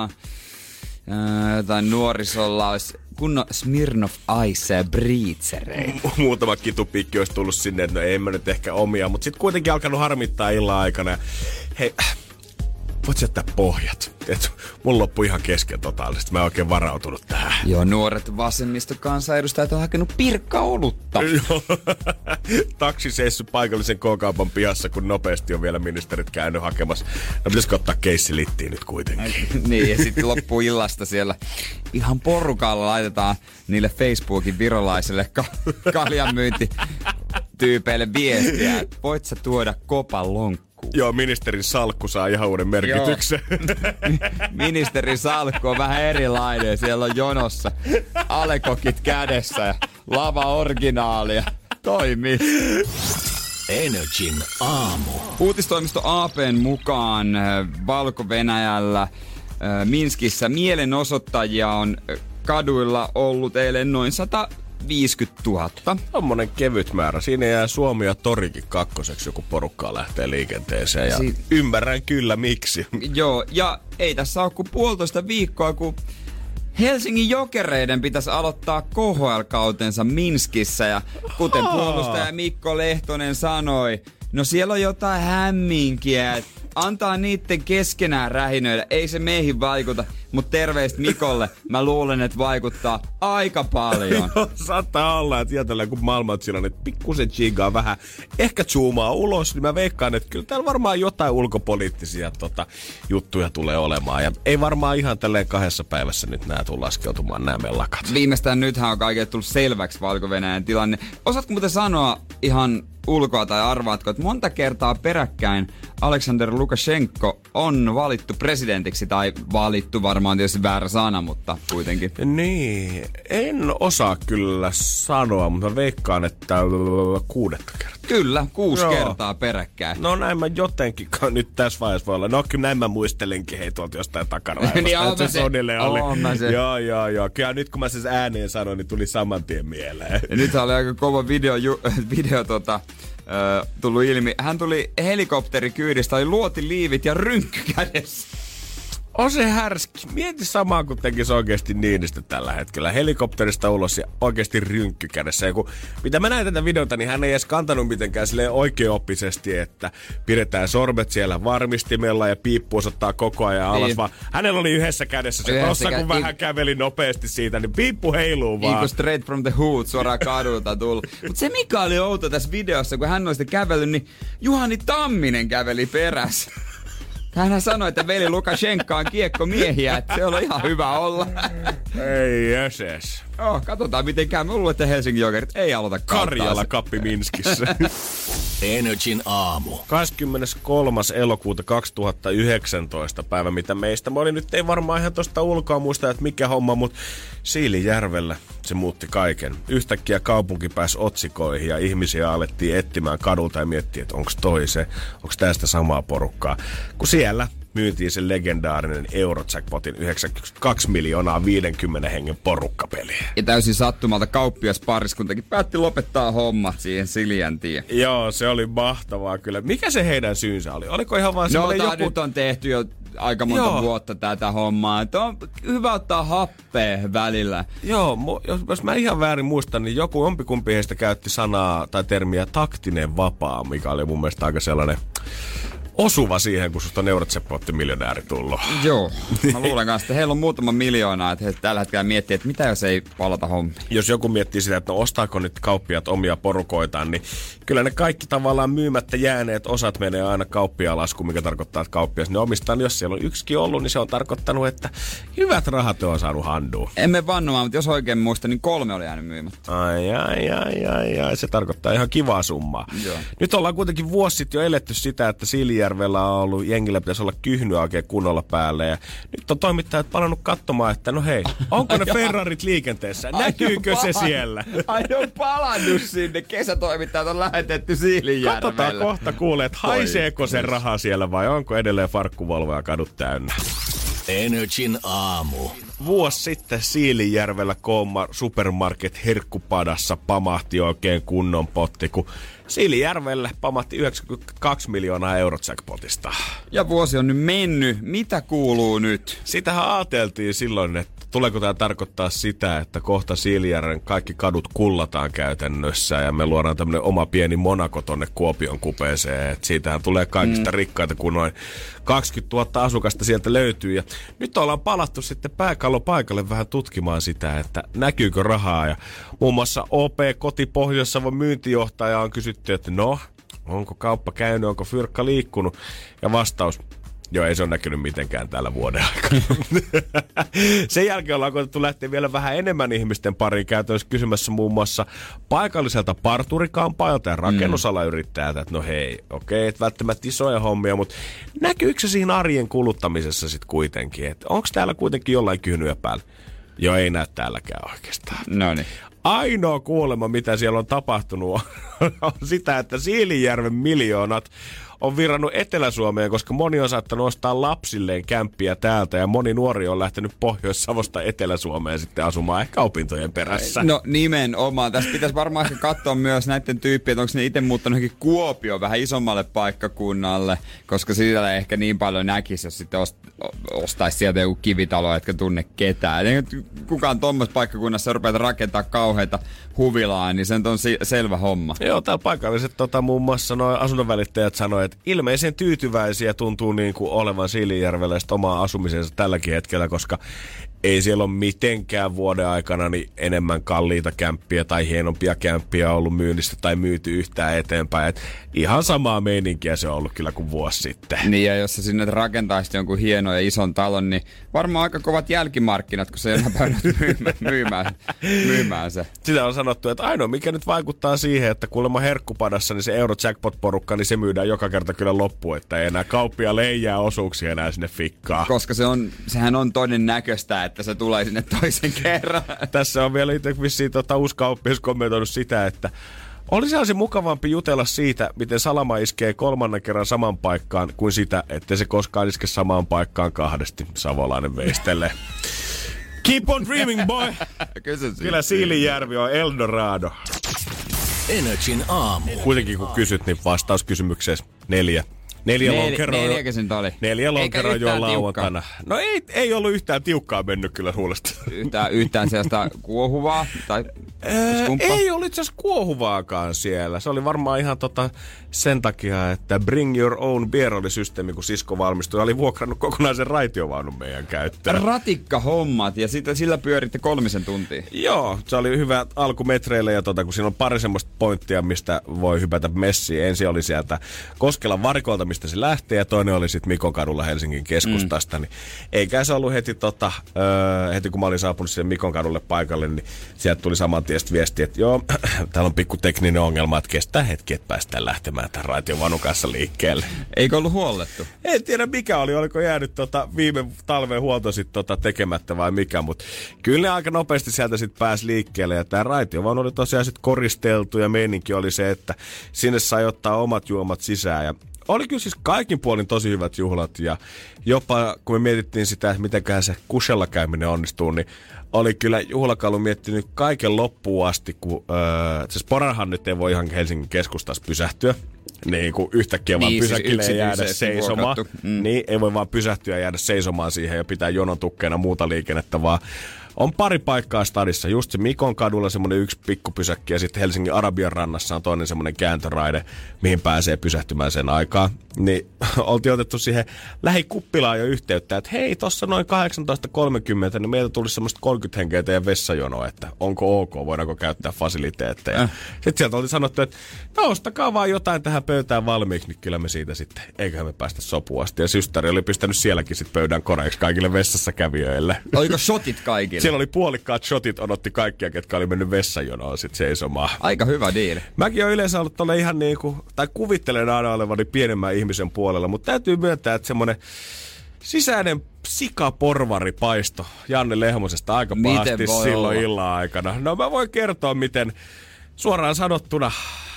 jotain nuorisolla olisi kunnon Smirnoff Ice ja Breetzereitä. Muutama kitupikki olisi tullut sinne, että no ei mä nyt ehkä omia, mutta sitten kuitenkin alkanut harmittaa illan aikana. Hei, voit jättää pohjat. Et, mulla loppui ihan kesken totaalisesti. Mä en oikein varautunut tähän. Joo, nuoret vasemmistokansanedustajat on hakenut pirkka-olutta. Taksi seissyt paikallisen K-kaupan pihassa, kun nopeasti on vielä ministerit käynyt hakemassa. No pitäisikö ottaa keissi littiin nyt kuitenkin? Niin, ja sitten loppuillasta siellä ihan porukalla laitetaan niille Facebookin virolaisille kaljanmyyntityypeille viestiä, että voit sä tuoda kopan lonkkuun. Joo, ministerin salkku saa ihan uuden merkityksen. Ministerin salkku on vähän erilainen. Siellä on jonossa alekokit kädessä ja lava originaalia. Toimii. Energin aamu. Uutistoimisto AP:n mukaan Valko-Venäjällä Minskissä mielenosoittajia on kaduilla ollut eilen noin 150 000. Tommonen kevyt määrä. Siinä jää Suomi ja Torikin kakkoseksi, joku porukkaa lähtee liikenteeseen. Ja ymmärrän kyllä miksi. Joo, ja ei tässä ole kuin 1,5 viikkoa, kun Helsingin Jokereiden pitäisi aloittaa KHL-kautensa Minskissä. Ja kuten puolustaja Mikko Lehtonen sanoi, no siellä on jotain hämminkiä, antaa niitten keskenään rähinöidä, ei se meihin vaikuta, mutta terveistä Mikolle, mä luulen, että vaikuttaa aika paljon. Saattaa olla, että jätellään kun maailmat siinä on, että pikkusen chigaa vähän, ehkä zoomaa ulos, niin mä veikkaan, että kyllä täällä varmaan jotain ulkopoliittisia juttuja tulee olemaan. Ja ei varmaan ihan tälleen 2 päivässä nyt nää tuu laskeutumaan nämä mellakat. Viimeistään nythän on kaikille tullut selväksi Valko-Venäjän tilanne. Osaatko muuten sanoa ihan ulkoa tai arvaatko, että monta kertaa peräkkäin Alexander Lukashenko on valittu presidentiksi, tai valittu varmaan tietysti väärä sana, mutta kuitenkin. Niin, en osaa kyllä sanoa, mutta veikkaan, että 6. kertaa. Kyllä, 6 kertaa peräkkäin. No näin mä jotenkin nyt tässä vaiheessa voi olla. No kyllä näin mä muistelinkin hei tuolta jostain takaraivosta. Niin että se Sonille oli. Joo. Kyllä nyt kun mä sen ääneen sanoin, niin tuli saman tien mieleen. Ja nyt oli aika kova video tullut ilmi. Hän tuli helikopterikyydistä, oli luotiliivit ja rynkky kädessä. On se härski. Mieti samaa, kun tekisi oikeasti Niinistö tällä hetkellä. Helikopterista ulos ja oikeasti rynkky kädessä. Ja kun, mitä mä näin tätä videota, niin hän ei edes kantanut mitenkään silleen oikeoppisesti, että pidetään sormet siellä varmistimella ja piippu osoittaa koko ajan alas, niin. Vaan hänellä oli yhdessä kädessä se tossa, kun vähän käveli nopeasti siitä, niin piippu heiluu vaan. Niin straight from the hood, suoraan kadulta tullut. Mutta se mikä oli outo tässä videossa, kun hän oli sitä kävellyt, niin Juhani Tamminen käveli perässä. Hän sanoi, että veli Lukashenka on kiekkomiehiä, että se on ihan hyvä olla. Ei jäses. Katsotaan miten käy. Mä luulen, että Helsingin Jokerit ei aloita Karjala Kappi Minskissä. Energin aamu. 23. elokuuta 2019 päivä, mitä meistä. Mä olin nyt ei varmaan ihan tosta ulkoa muista, että mikä homma, mutta Siilijärvellä se muutti kaiken. Yhtäkkiä kaupunki pääsi otsikoihin ja ihmisiä alettiin etsimään kadulta ja miettiä, että onko toi se, onko tästä samaa porukkaa. Kun siellä myyntiin sen legendaarinen Eurojackpotin 92 miljoonaa 50 hengen porukkapeliä. Ja täysin sattumalta kauppiaspariskuntakin päätti lopettaa hommat siihen Siljäntiin. Joo, se oli mahtavaa kyllä. Mikä se heidän syynsä oli? Oliko ihan vaan semmoinen joku... nyt on tehty jo aika monta vuotta tätä hommaa. Että on hyvä ottaa happea välillä. Joo, jos mä ihan väärin muistan, niin joku jompikumpi heistä käytti sanaa tai termiä taktinen vapaa, mikä oli mun mielestä aika sellainen osuva siihen, kun susta on Eurojackpot-miljonääri tullut. Joo, mä luulen kanssa, että heillä on muutama miljoonaa, että he tällä hetkellä miettii, että mitä jos ei palata hommiin. Jos joku miettii sitä, että no ostaako nyt kauppiaat omia porukoitaan, niin kyllä ne kaikki tavallaan myymättä jääneet osat menee aina kauppialaskuun, mikä tarkoittaa, että kauppias ne omistaa. Niin jos siellä on yksikin ollut, niin se on tarkoittanut, että hyvät rahat on saanut handuun. Emme vannomaan, mutta jos oikein muista, niin 3 oli jäänyt myymättä. Ai. Se tarkoittaa ihan kivaa summaa. Joo. Nyt ollaan kuitenkin vuosi sitten jo eletty sitä, että Siilijärvellä on ollut, jengillä pitäisi olla kyhny oikein kunnolla päälle. Ja nyt on toimittajat palannut katsomaan, että no hei, onko ne Ferrarit liikenteessä? Näkyykö se siellä? Ai on palannut sinne. Kesätoimittajat on lähetetty Siilijärvelle. Katsotaan kohta kuulee, että haiseeko se raha siellä vai onko edelleen farkkuvolvoja kadut täynnä. Energin aamu. Vuosi sitten Siilijärvellä K Supermarket herkkupadassa pamahti oikein kunnon potti, kun Siilijärvelle pamahti 92 miljoonaa Eurojackpotista. Ja vuosi on nyt mennyt. Mitä kuuluu nyt? Sitähän ajateltiin silloin, että tuleeko tämä tarkoittaa sitä, että kohta Siilijärven kaikki kadut kullataan käytännössä ja me luodaan tämmöinen oma pieni Monaco tonne Kuopion kupeeseen. Et siitähän tulee kaikista rikkaita, kun noin 20 000 asukasta sieltä löytyy. Ja nyt ollaan palattu sitten pääkallopaikalle vähän tutkimaan sitä, että näkyykö rahaa. Ja muun muassa OP Koti Pohjois-Savon myyntijohtaja on kysytty, että no, onko kauppa käynyt, onko fyrkka liikkunut? Ja vastaus, joo, ei se ole näkynyt mitenkään tällä vuoden aikana. Sen jälkeen ollaan koetettu lähteä vielä vähän enemmän ihmisten pariin käytännössä kysymässä muun muassa paikalliselta parturikampaajalta ja rakennusalayrittäjältä, että no hei, okei, et välttämättä isoja hommia, mutta näkyykö se siinä arjen kuluttamisessa sitten kuitenkin? Että onko täällä kuitenkin jollain kyhnyä päällä? Joo, ei näy täälläkään oikeastaan. No niin. Ainoa kuulema, mitä siellä on tapahtunut, on sitä, että Siilinjärven miljoonat on virannut Etelä-Suomeen, koska moni on saattanut ostaa lapsilleen kämppiä täältä ja moni nuori on lähtenyt Pohjois-Savosta Etelä-Suomeen sitten asumaan ehkä opintojen perässä. No nimenomaan. Tässä pitäisi varmaan ehkä katsoa myös näiden tyyppiä, että onko ne itse muuttanut johonkin Kuopioon vähän isommalle paikkakunnalle, koska siellä ei ehkä niin paljon näkisi, jos sitten ostaisi sieltä joku kivitalo, etkä tunne ketään. Ei kukaan tuommoisessa paikkakunnassa rupeat rakentaa kauheita huvilaa, niin se on selvä homma. Joo, täällä paikalliset muun muassa nuo asunnonvälittäjät sanoi, että ilmeisen tyytyväisiä tuntuu niin kuin olevan Siilinjärvellä omaa asumisensa tälläkin hetkellä, koska ei siellä ole mitenkään vuoden aikana niin enemmän kalliita kämppiä tai hienompia kämppiä ollut myynnissä tai myyty yhtään eteenpäin. Et ihan samaa meininkiä se on ollut kyllä kuin vuosi sitten. Niin, ja jos sä sinne rakentaisit jonkun hienon ja ison talon, niin varmaan aika kovat jälkimarkkinat, kun se enää päädyt myymään se. Sitä on sanottu, että ainoa mikä nyt vaikuttaa siihen, että kuulemma herkkupadassa niin se Eurojackpot-porukka, niin se myydään joka kerta kyllä loppuun, että ei enää kauppiaille ei jää osuuksia enää sinne fikkaan. Koska sehän on todennäköistä, että se tulee sinne toisen kerran. Tässä on vielä itse vissiin uusi kauppias kommentoinut sitä, että olisihan se mukavampi jutella siitä, miten salama iskee 3. kerran saman paikkaan, kuin sitä, ettei se koskaan iske samaan paikkaan kahdesti. Savolainen veistelee. Keep on dreaming, boy! Kyllä Siilinjärvi on Eldorado. Energin aamu. Kuitenkin kun kysyt, niin vastauskysymyksessä 4. 4 lonkeroa jo lauantaina. No ei ollut yhtään tiukkaa mennyt kyllä huolesta. Yhtään sellaista kuohuvaa? Tai ei ollut itse asiassa kuohuvaakaan siellä. Se oli varmaan ihan sen takia, että Bring Your Own Beer oli systeemi, kun sisko valmistui. Oli vuokrannut kokonaisen raitiovaunun meidän käyttöön. Ratikkahommat ja sillä pyöritte 3 tuntia. Joo, se oli hyvä alkumetreille ja kun siinä on pari semmoista pointtia, mistä voi hypätä messiin. Ensin oli sieltä Koskelan varikolta, mistä se lähtee, ja toinen oli sitten Mikon kadulla Helsingin keskustasta. Niin eikä se ollut heti, heti kun mä olin saapunut siihen Mikon kadulle paikalle, niin sieltä tuli saman tien viesti, että joo, täällä on pikku tekninen ongelma, että kestää hetki, että päästään lähtemään tämän raitiovaunun kanssa liikkeelle. Eikö ollut huollettu? En tiedä mikä oli, oliko jäänyt viime talven huolto sitten tekemättä vai mikä, mutta kyllä ne aika nopeasti sieltä sitten pääsi liikkeelle, ja tämä raitiovaunu oli tosiaan sitten koristeltu, ja meininki oli se, että sinne sai ottaa omat juomat sisään, ja oli kyllä siis kaikin puolin tosi hyvät juhlat, ja jopa kun me mietittiin sitä, että mitenkään se kusella käyminen onnistuu, niin oli kyllä juhlakalu miettinyt kaiken loppuun asti, kun se Sporanhan nyt ei voi ihan Helsingin keskustassa pysähtyä. Niin kuin yhtäkkiä vaan pysäkille ja jäädä seisomaan. Niin, ei voi vaan pysähtyä ja jäädä seisomaan siihen ja pitää jonon tukkeena muuta liikennettä, vaan on pari paikkaa stadissa. Just se Mikon kadulla semmoinen yksi pikkupysäkki ja sitten Helsingin Arabian rannassa on toinen semmoinen kääntöraide, mihin pääsee pysähtymään sen aikaa. Niin oltiin otettu siihen lähikuppilaan jo yhteyttä, että hei, tossa noin 18.30, niin meiltä tuli semmoista 30 henkeä teidän vessajonoa, että onko ok, voidaanko käyttää fasiliteetteja. Sitten sieltä oli sanottu, että no ostakaa vaan jotain tähän pöytään valmiiksi, niin kyllä me siitä sitten, eiköhän me päästä sopuun asti. Ja systari oli pistänyt sielläkin sitten pöydän koreiksi kaikille vessassa kävijöille. Oliko shotit kaikille? Siellä oli puolikkaat shotit, odotti kaikkia, ketkä oli mennyt vessajonoon sit seisomaan. Aika hyvä diili. Mäkin olen yleensä ollut tolle ihan niinku, tai kuvittelen aina olevani pienemmän ihmisen puolella, mutta täytyy myöntää, että semmonen sisäinen sikaporvaripaisto Janne Lehmosesta aika pahasti silloin illan aikana. No mä voin kertoa, miten suoraan sanottuna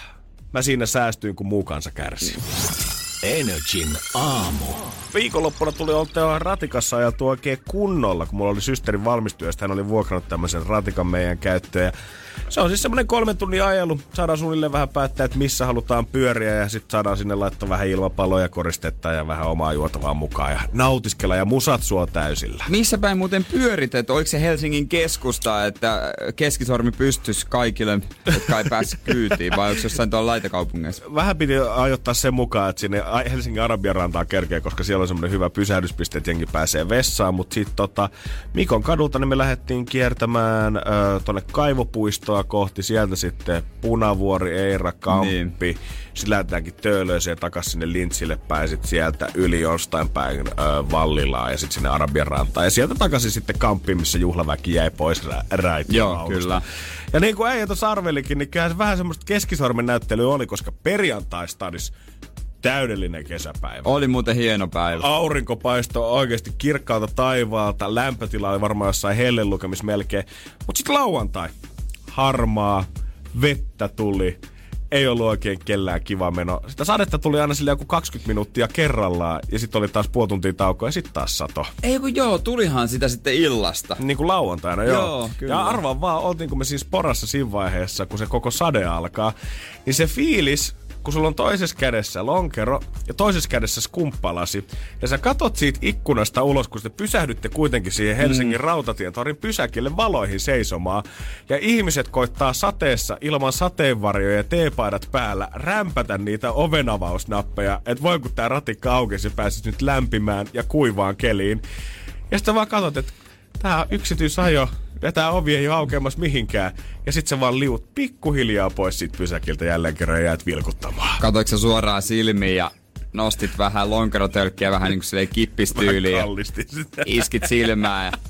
mä siinä säästyin, kun muu kansa kärsi. Energin aamu. Viikonloppuna tuli oltua ratikassa ajeltua oikein kunnolla, kun mulla oli systerin valmistyöstä. Hän oli vuokrannut tämmöisen ratikan meidän käyttöön. Ja se on siis semmoinen 3 tunnin ajelu. Saadaan suunnilleen vähän päättää, että missä halutaan pyöriä ja sitten saadaan sinne laittaa vähän ilmapalloja, koristetta ja vähän omaa juotavaa mukaan ja nautiskella ja musat suo täysillä. Missä päin muuten pyörit? Että oliko se Helsingin keskusta, että keskisormi pystyisi kaikille, jotka ei päässyt kyytiin, vai onko jossain tuolla laitakaupungeissa? Vähän piti ajoittaa sen mukaan, että sinne Helsingin Arabianrantaan kerkeä, koska siellä on semmoinen hyvä pysähdyspiste, että jengi pääsee vessaan, mutta sitten Mikon kadulta niin me lähdettiin kiertämään tonne Kaivopuistoa kohti, sieltä sitten Punavuori, Eira, Kamppi, niin. Sitten lähdetäänkin Töölööseen takaisin sinne Lintsille päin, sitten sieltä yli jostain päin Vallilaan ja sitten sinne Arabianrantaan ja sieltä takaisin sitten Kamppiin, missä juhlaväki jäi pois räitiin. Joo, kyllä. Ja niin kuin äijä tuossa arvelikin, niin kyllähän se vähän semmoista keskisormen näyttelyä oli, koska perjantaista olisi täydellinen kesäpäivä. Oli muuten hieno päivä. Aurinko paistoi oikeasti kirkkaalta taivaalta, lämpötila oli varmaan jossain hellelukemis melkein. Mutta sitten lauantai, harmaa, vettä tuli, ei ollut oikein kellään kiva meno. Sitä sadetta tuli aina sille joku 20 minuuttia kerrallaan ja sitten oli taas puoli tuntia taukoa ja sitten taas sato. Ei kun joo, tulihan sitä sitten illasta. Niin kuin lauantaina, joo. Kyllä. Ja arvaan vaan, oltiinko me siis Porassa siinä vaiheessa, kun se koko sade alkaa, niin se fiilis, kun sulla on toisessa kädessä lonkero ja toisessa kädessä skumppalasi, ja sä katot siitä ikkunasta ulos, kun te pysähdytte kuitenkin siihen Helsingin Rautatientorin pysäkille valoihin seisomaan, ja ihmiset koittaa sateessa ilman sateenvarjoja ja teepaidat päällä rämpätä niitä ovenavausnappeja, että voi kun tää ratikka aukesi ja pääsis nyt lämpimään ja kuivaan keliin. Ja sitten vaan katsot, että tää on yksityisajo, ja tää ovi ei ole aukeamassa mihinkään. Ja sit sä vaan liut pikkuhiljaa pois siitä pysäkiltä jälleen kerran ja jäät vilkuttamaan. Katoiko sä suoraan silmiin ja nostit vähän lonkerotölkkiä vähän niin kuin silleen kippistyyliin ja iskit silmää ja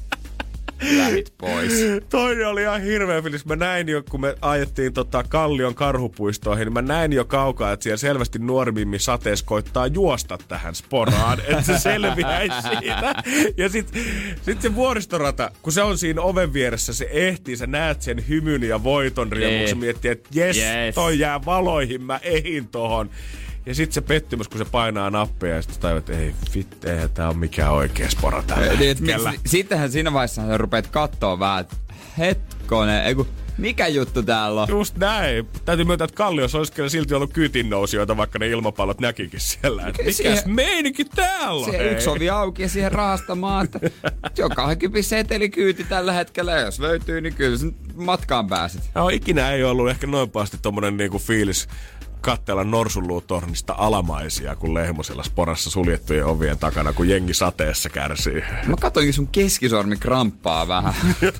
lähit pois. Toinen oli ihan hirveä fiilis. Mä näin jo, kun me ajettiin Kallion karhupuistoihin, niin mä näin jo kaukaa, että siellä selvästi nuormimmin sateessa koittaa juosta tähän sporaan, että se selviäisi siitä. Ja sit se vuoristorata, kun se on siinä oven vieressä, se ehtii, sä näet sen hymyn ja voiton riemuksen, miettii, että jes, toi jää valoihin, mä ehin tohon. Ja sit se pettymys, kun se painaa nappeja ja sit tajuat, että eihän tää on mikään oikea spora tällä hetkellä. Sittenhän siinä vaiheessa sä rupeat kattoo vähän, että hetkonen, mikä juttu täällä on? Just näin. Täytyy myöntää, että Kalliossa olisi kyllä silti ollut kyytinnousijoita, vaikka ne ilmapallot näkikin siellä. Mikäs meininki täällä on? Se yksi ovi auki ja siihen rahastamaan, että on 20 setelikyyti tällä hetkellä. Ja jos löytyy, niin kyllä sen matkaan pääset. No, ikinä ei ollut ehkä noin paasti tommonen niinku fiilis katsella norsunluutornista alamaisia, kun Lehmosella sporassa suljettujen ovien takana, kun jengi sateessa kärsii. Mä katsoinkin sun keskisormi kramppaa vähän.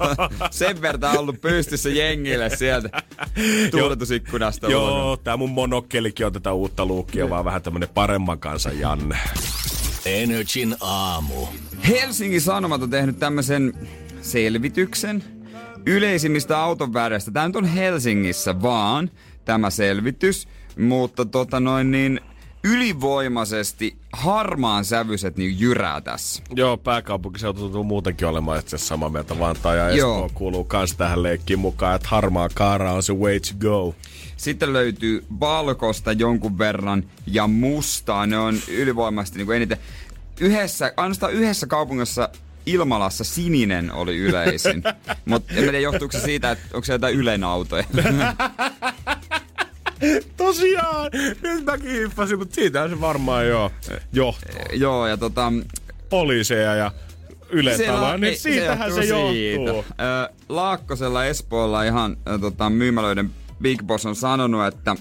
Sen verran ollut pystyssä jengille sieltä tuuletusikkunasta. Joo, tää mun monokkelikin on tätä uutta luukkia, vaan vähän tämmönen paremman kansan Janne. NRJ:n aamu. Helsingin Sanomat on tehnyt tämmösen selvityksen yleisimmistä auton väreistä. Tää nyt on Helsingissä vaan tämä selvitys. Mutta ylivoimaisesti harmaan sävyiset niin jyrää tässä. Joo, pääkaupunkiseutu tuntuu muutenkin olemaan itse asiassa samaa mieltä. Vantaa ja Espoo kuuluu kans tähän leikkiin mukaan, että harmaa kaara on se way to go. Sitten löytyy valkoista jonkun verran ja mustaa. Ne on ylivoimaisesti niin kuin eniten. Ainoastaan yhdessä kaupungissa Ilmalassa sininen oli yleisin. Mutta en tiedä, johtuuko se siitä, että onko se jotain Ylen autoja. Tosiaan! Nyt mäkin hiffasin, mutta siitähän se varmaan johtuu. Joo, ja poliiseja ja Yle-taloja, niin siitähän se johtuu. Laakkosella Espoolla ihan myymälöiden Big Boss on sanonut, että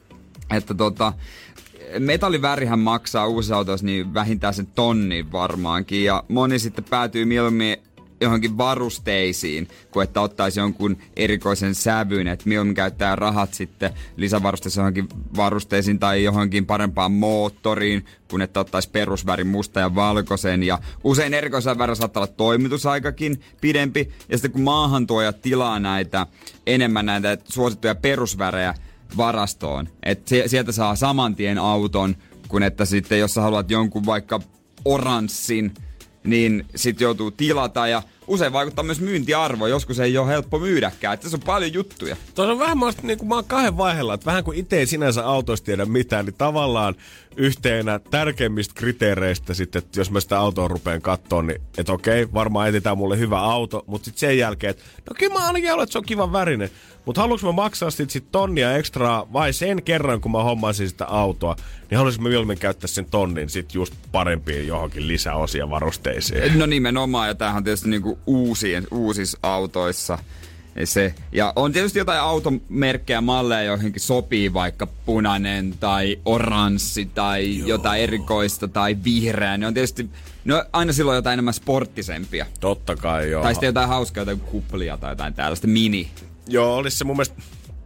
metallivärihän maksaa uusissa autoissa niin vähintään sen tonnin varmaankin. Ja moni sitten päätyy mieluummin johonkin varusteisiin, kuin että ottaisi jonkun erikoisen sävyn, että mieluummin käyttää rahat sitten lisävarusteissa johonkin varusteisiin tai johonkin parempaan moottoriin, kun että ottaisi perusvärin musta ja valkoisen. Ja usein erikoisen värin saattaa olla toimitusaikakin pidempi, ja sitten kun maahantuojat tilaa enemmän näitä suosittuja perusvärejä varastoon, että sieltä saa saman tien auton, kun että sitten jos sä haluat jonkun vaikka oranssin, niin sit joutuu tilata ja usein vaikuttaa myös myyntiarvo. Joskus ei ole helppo myydäkään. Että tässä on paljon juttuja. Tuossa on vähän niin kuin mä oon kahden vaiheella, että vähän kuin itse ei sinänsä autoista tiedä mitään, niin tavallaan yhteenä tärkeimmistä kriteereistä sitten, että jos mä sitä autoa rupean kattoon, niin että okei, varmaan etsitään mulle hyvä auto, mutta sitten sen jälkeen, että no kyllä mä ainakin olen, että se on kivan värinen. Mutta haluanko mä maksaa sit tonnia ekstraa vai sen kerran, kun mä hommasin sitä autoa, niin haluaisin mä mieluummin käyttää sen tonnin sit just parempiin johonkin lisäosia varusteisiin. No nimenomaan, ja tämähän on tietysti niinku uusissa autoissa se. Ja on tietysti jotain automerkkejä, malleja, joihinkin sopii vaikka punainen tai oranssi tai jotain erikoista tai vihreä. Ne on tietysti aina silloin jotain enemmän sporttisempia. Totta kai, joo. Tai sitten jotain hauskaa, jotain kuplia tai jotain tällaista mini. Joo, olisi se mun mielestä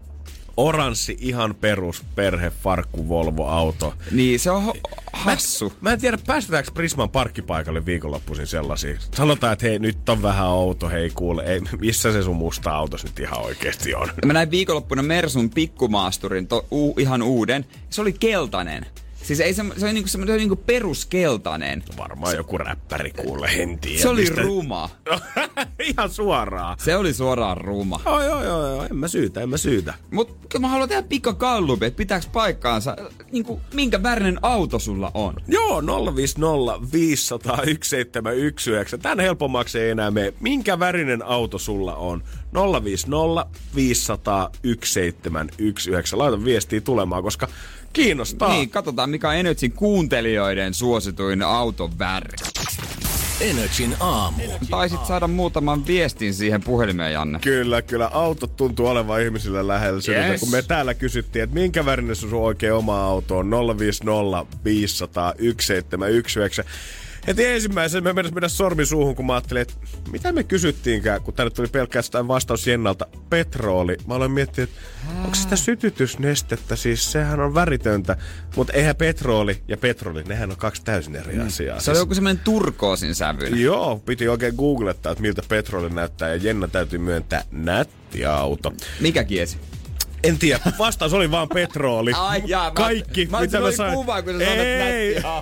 oranssi ihan perus perhefarkku Volvo-auto. Niin, se on hassu. Mä en tiedä, päästetäänkö Prisman parkkipaikalle viikonloppuisin sellaisia. Sanotaan, että hei, nyt on vähän outo, hei kuule, ei, missä se sun musta autos nyt ihan oikeesti on? Mä näin viikonloppuna Mersun pikkumaasturin, ihan uuden. Se oli keltainen. Siis ei se oli niinku semmoinen niinku peruskeltainen. Varmaan joku räppäri kuule, en tiedä. Se oli ruma. Ihan suoraan. Se oli suoraan ruma. Joo, en mä syytä. Mut mä haluan tehdä pikkakallubi, että pitääks paikkaansa, niinku minkä värinen auto sulla on? Joo, 050 500 1719. Tän helpommaksi ei enää mene. Minkä värinen auto sulla on? 050 500 1719. Laita viestiä tulemaan, koska kiinnostaa. Niin, katsotaan mikä on Energyn kuuntelijoiden suosituin auton väri. Energin aamu. Taisit saada muutaman viestin siihen puhelimeen, Janne. Kyllä. Autot tuntuu olevan ihmisille lähellä. Yes. Kun me täällä kysyttiin, että minkä värinen sun oikein oma auto on 050 500 1719. Heti ensimmäisenä me mennä sormi suuhun, kun mä ajattelin, että mitä me kysyttiinkään, kun tänne tuli pelkästään vastaus Jennalta, petroli. Mä aloin miettiä, että onko sitä sytytysnestettä, siis sehän on väritöntä, mutta eihän petroli ja petroli, nehän on kaksi täysin eri asiaa. Se on joku semmoinen turkoosin sävyinen. Joo, piti oikein googlettaa, että miltä petroli näyttää, ja Jenna täytyy myöntää nätti auto. Mikä kiesi? En tiedä, vastaus oli vaan petroli. Kaikki, mitä mä sain. Kuva, kun sä sanot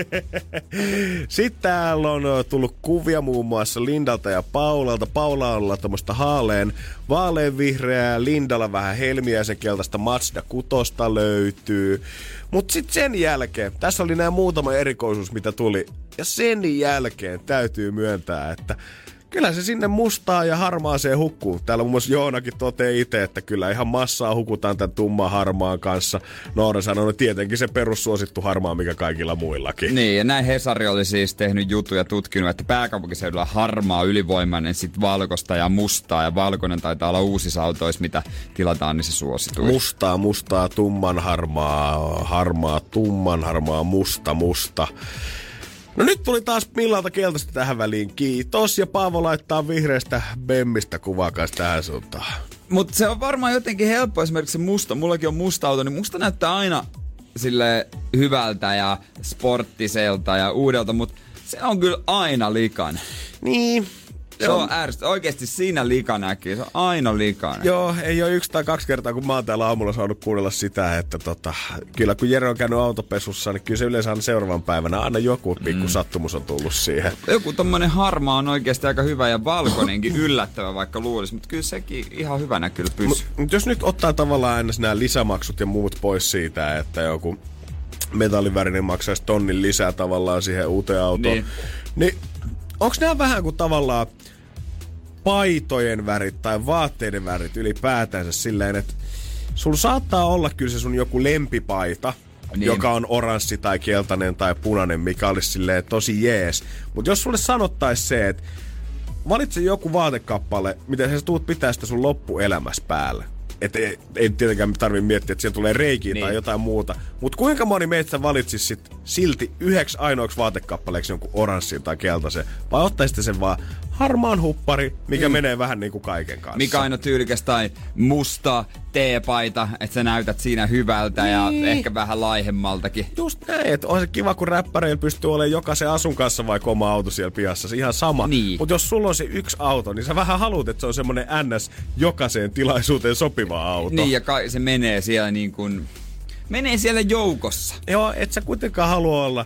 Sitten täällä on tullut kuvia muun muassa Lindalta ja Paulalta. Paula on tämmöistä vaaleanvihreää, Lindalla vähän helmiäisen keltaista Mazda 6 löytyy. Mut sitten sen jälkeen, tässä oli nämä muutama erikoisuus, mitä tuli. Ja sen jälkeen täytyy myöntää, että kyllä se sinne mustaa ja harmaaseen hukkuu. Täällä muun muassa Joonakin toteaa itse, että kyllä ihan massaa hukutaan tämän tumman harmaan kanssa. Noora sanoi, että tietenkin se perussuosittu harmaa, mikä kaikilla muillakin. Niin, ja näin Hesari oli siis tehnyt juttuja ja tutkinut, että pääkaupunkiseudulla harmaa ylivoimainen, sitten valkoista ja mustaa. Ja valkoinen taitaa olla uusissa autoissa, mitä tilataan, niin se suosituin. Mustaa, tumman harmaa, tumman harmaa, musta. No nyt tuli taas Millalta keltaista tähän väliin. Kiitos. Ja Paavo laittaa vihreästä bemmistä kuvaa kanssa tähän suuntaan. Mutta se on varmaan jotenkin helppo esimerkiksi se musta. Mullakin on musta auto, niin musta näyttää aina sille hyvältä ja sporttiselta ja uudelta, mutta se on kyllä aina likainen. Niin. Se on ärsyttävää. Oikeesti siinä lika näkyy. Se on aina likainen. Joo, ei ole 1 tai 2 kertaa, kun mä oon täällä aamulla saanut kuunnella sitä, että kyllä kun Jere on käynyt autopesussa, niin kyllä se yleensä aina seuraavan päivänä aina joku pikku sattumus on tullut siihen. Joku tommonen harmaa on oikeasti aika hyvä ja valkoinenkin yllättävä, vaikka luulisi, mutta kyllä sekin ihan hyvänä kyllä pysyy. Jos nyt ottaa tavallaan aina nämä lisämaksut ja muut pois siitä, että joku metallivärinen maksaisi tonnin lisää tavallaan siihen uuteen autoon, niin onko nämä vähän kuin tavallaan paitojen värit tai vaatteiden värit ylipäätänsä silleen, että sulla saattaa olla kyllä se sun joku lempipaita, joka on oranssi tai keltainen tai punainen, mikä olisi silleen tosi jees. Mutta jos sulle sanottaisi se, että valitse joku vaatekappale, miten sä tuut pitää sitä sun loppuelämässä päälle. Että ei tietenkään tarvitse miettiä, että siellä tulee reikiä tai jotain muuta. Mutta kuinka moni meistä valitsisi silti yhdeksi ainoaksi vaatekappaleeksi jonkun oranssin tai keltaisen? Vai ottaisitte sen vaan harmaan huppari, mikä menee vähän niin kuin kaiken kanssa? Mikä aina tyylikäs tai musta teepaita, että sä näytät siinä hyvältä ja ehkä vähän laihemmaltakin. Just näin, että on se kiva, kun räppäreillä pystyy olemaan jokaisen asun kanssa vaikka oma auto siellä pihassa. Se ihan sama. Niin. Mutta jos sulla on se yksi auto, niin sä vähän haluat, että se on semmoinen NS jokaiseen tilaisuuteen sopiva auto. Niin, ja se menee siellä niin kuin menee siellä joukossa. Joo, et sä kuitenkaan halua olla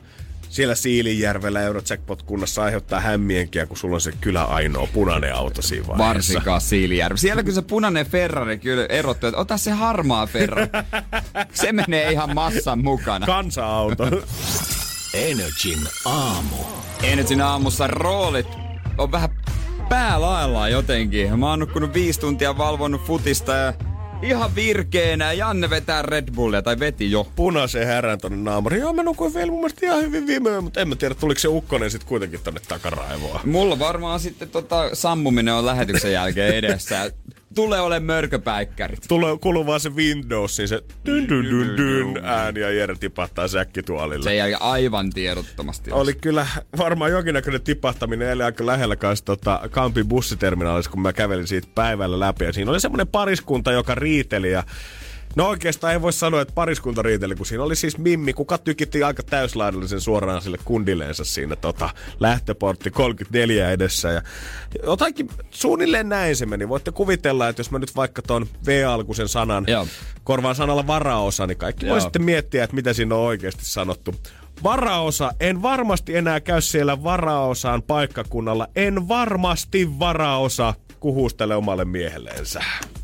siellä Siilinjärvellä Eurojackpot-kunnassa aiheuttaa hämmienkiä, kun sulla on se kyllä ainoa punainen auto siinä vaiheessa. Varsinkaan Siilijärvi. Siellä kun se punainen Ferrari kyllä erottuu, että ota se harmaa Ferrari. Se menee ihan massan mukana. Kansa-auto. Energin aamu. Energin aamussa roolit on vähän päälaillaan jotenkin. Mä oon nukkunut 5 tuntia valvonnut futista ja ihan virkeänä. Janne vetää Red Bullia, tai veti jo. Punaisen härän tonne naamariin. Joo, mä nukuin vielä mun mielestä ihan hyvin viime yön, mutta en mä tiedä, tuliko se ukkonen sit kuitenkin tonne takaraivoa. Mulla varmaan sitten sammuminen on lähetyksen jälkeen edessä. Tulee ole mörköpäikkärit. Tulee kuluu vaan se Windowsin, se dyn ääni ja Jere tipahtaa säkkituolille. Sen jälkeen aivan tiedottomasti. Oli kyllä varmaan jonkinnäköinen tipahtaminen, eli aika lähellä kanssa Kampin bussiterminaalissa, kun mä kävelin siitä päivällä läpi. Ja siinä oli semmoinen pariskunta, joka riiteli ja no oikeastaan ei voi sanoa, että pariskunta riiteli, kun siinä oli siis Mimmi, kuka tykitti aika täyslaidollisen suoraan sille kundileensa siinä lähtöportti 34 edessä. Ja jotakin suunnilleen näin se meni. Voitte kuvitella, että jos mä nyt vaikka ton V-alkuisen sanan korvaan sanalla varaosa, niin kaikki voi sitten miettiä, että mitä siinä on oikeasti sanottu. Varaosa. En varmasti enää käy siellä varaosaan paikkakunnalla. En varmasti varaosa kuhustele omalle miehelleensä.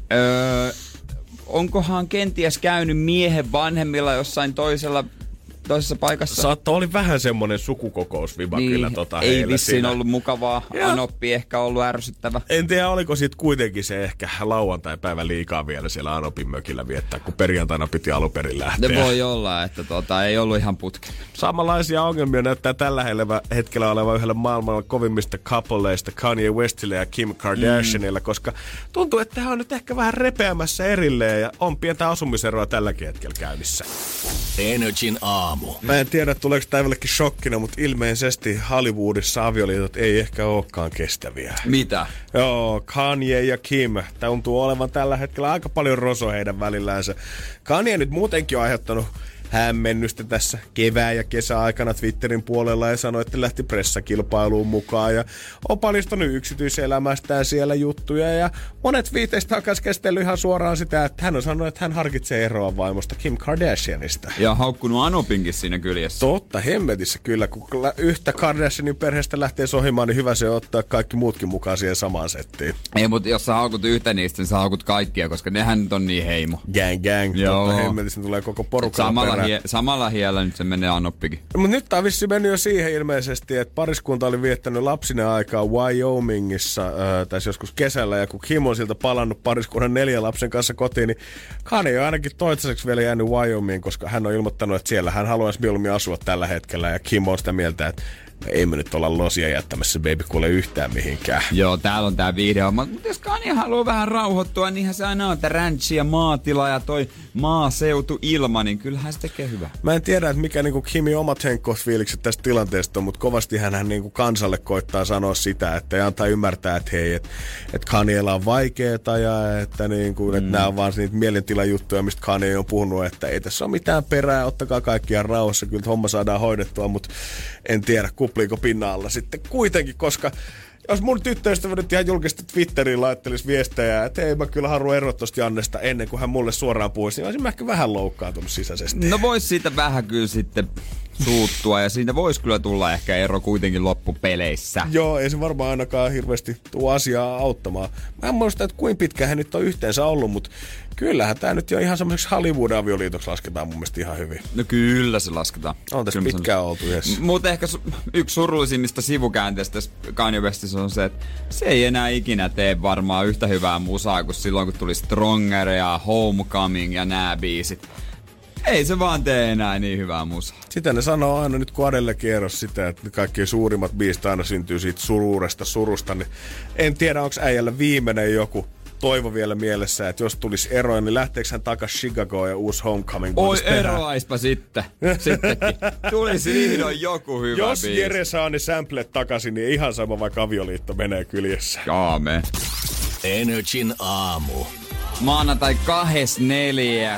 Onkohan kenties käynyt miehen vanhemmilla jossain toisessa paikassa? Oli vähän semmonen sukukokousviba niin, kyllä ei vissiin ollut mukavaa. Anoppi ehkä ollut ärsyttävä. En tiedä, oliko sit kuitenkin se ehkä lauantai-päivä liikaa vielä siellä Anopin mökillä viettää, kun perjantaina piti alun perin lähteä. Ne voi olla, että ei ollut ihan putki. Samanlaisia ongelmia näyttää tällä hetkellä olevan yhdellä maailmalla kovimmista coupleista Kanye Westillä ja Kim Kardashianilla, koska tuntuu, että hän on nyt ehkä vähän repeämässä erilleen ja on pientä asumiseroa tälläkin hetkellä käynnissä. Energin aamu. Mä en tiedä, tuleeko tämä jollekin shokkina, mutta ilmeisesti Hollywoodissa avioliitot ei ehkä olekaan kestäviä. Mitä? Joo, Kanye ja Kim. Tuntuu olevan tällä hetkellä aika paljon roso heidän välilläänsä. Kanye nyt muutenkin on aiheuttanut hämmennystä tässä kevään ja kesäaikana Twitterin puolella ja sanoi, että lähti pressakilpailuun mukaan ja on paljastanut yksityiselämästään siellä juttuja ja monet viiteistä on kanssa käsitellyt ihan suoraan sitä, että hän on sanonut, että hän harkitsee eroa vaimosta Kim Kardashianista. Ja haukkunut Anopinkin siinä kyljessä. Totta, hemmetissä kyllä. Kun yhtä Kardashianin perheestä lähtee sohimaan, niin hyvä se ottaa kaikki muutkin mukaan siihen samaan settiin. Ei, mutta jos sä haukut yhtä niistä, niin sä haukut kaikkia, koska nehän nyt on niin heimo. Gang. Joo. Totta, hemmetissä tulee koko porukka. Samalla hiellä nyt se menee Anoppikin. Mutta nyt tää on vissiin mennyt jo siihen ilmeisesti, että pariskunta oli viettänyt lapsinen aikaa Wyomingissa tässä joskus kesällä. Ja kun Kim on siltä palannut pariskunnan 4 lapsen kanssa kotiin, niin Kanye on ainakin toistaiseksi vielä jäänyt Wyomingiin, koska hän on ilmoittanut, että siellä hän haluaisi mieluummin asua tällä hetkellä. Ja Kim on sitä mieltä, että ei me nyt olla losia jättämässä baby kuule yhtään mihinkään. Joo, täällä on tää video. Mutta jos Kanye haluaa vähän rauhoittua, niinhän se aina on, että ranchi ja maatila ja toi maaseutu ilma, niin kyllähän se tekee hyvää. Mä en tiedä, että mikä niinku Kimin omat henkkousfiilikset tästä tilanteesta on, mutta kovasti hän niinku kansalle koittaa sanoa sitä, että ei antaa ymmärtää, että hei, että Kanyella on vaikeeta ja että niinku, että nämä on vaan niitä mielentilajuttuja, mistä Kanye on puhunut, että ei tässä ole mitään perää, ottakaa kaikkia rauhassa, kyllä homma saadaan hoidettua, mutta en tiedä, kupliiko pinnalla sitten kuitenkin, koska jos mun tyttöystävä nyt ihan julkisesti Twitteriin laittelisi viestejä, että ei mä kyllä halua eroa tosta Jannesta ennen kuin hän mulle suoraan puhuisi, niin olisin mä ehkä vähän loukkaantunut sisäisesti. No vois siitä vähän kyllä sitten suuttua ja siitä voisi kyllä tulla ehkä ero kuitenkin loppupeleissä. Joo, ei se varmaan ainakaan hirveästi tuo asiaa auttamaan. Mä en muista, että kuinka pitkään he nyt on yhteensä ollut, mutta kyllähän tää nyt jo ihan semmoiseksi Hollywood-avioliitoksi lasketaan mun mielestä ihan hyvin. No kyllä se lasketaan. On tässä pitkään oltu, yes. Mutta ehkä yksi surullisimmista sivukäänteistä Kanye Westissä on se, että se ei enää ikinä tee varmaan yhtä hyvää musaa kuin silloin, kun tuli Stronger ja Homecoming ja nää biisit. Ei se vaan tee enää niin hyvää musaa. Sitä ne sanoo aina nyt, kun Adele kierros sitä, että kaikki suurimmat biisit aina syntyy siitä surusta, niin en tiedä, onko äijällä viimeinen joku toivo vielä mielessä, että jos tulisi eroja, niin lähteekö hän takas Chicagoon ja uusi Homecoming? Oi, eroaispa sitten. Sittenkin. Tulisi vihdoin joku hyvä jos biisi. Jos Jere saa ne samplet takaisin, niin ihan sama, vaikka avioliitto menee kyljessä. Aamen. Energin aamu. Maanantai 24.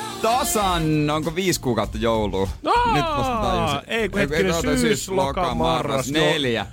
Tasan, onko 5 kuukautta joulua? Nyt vasta tajusin. Ei, kun hetkinen syys, loka, marras, 4.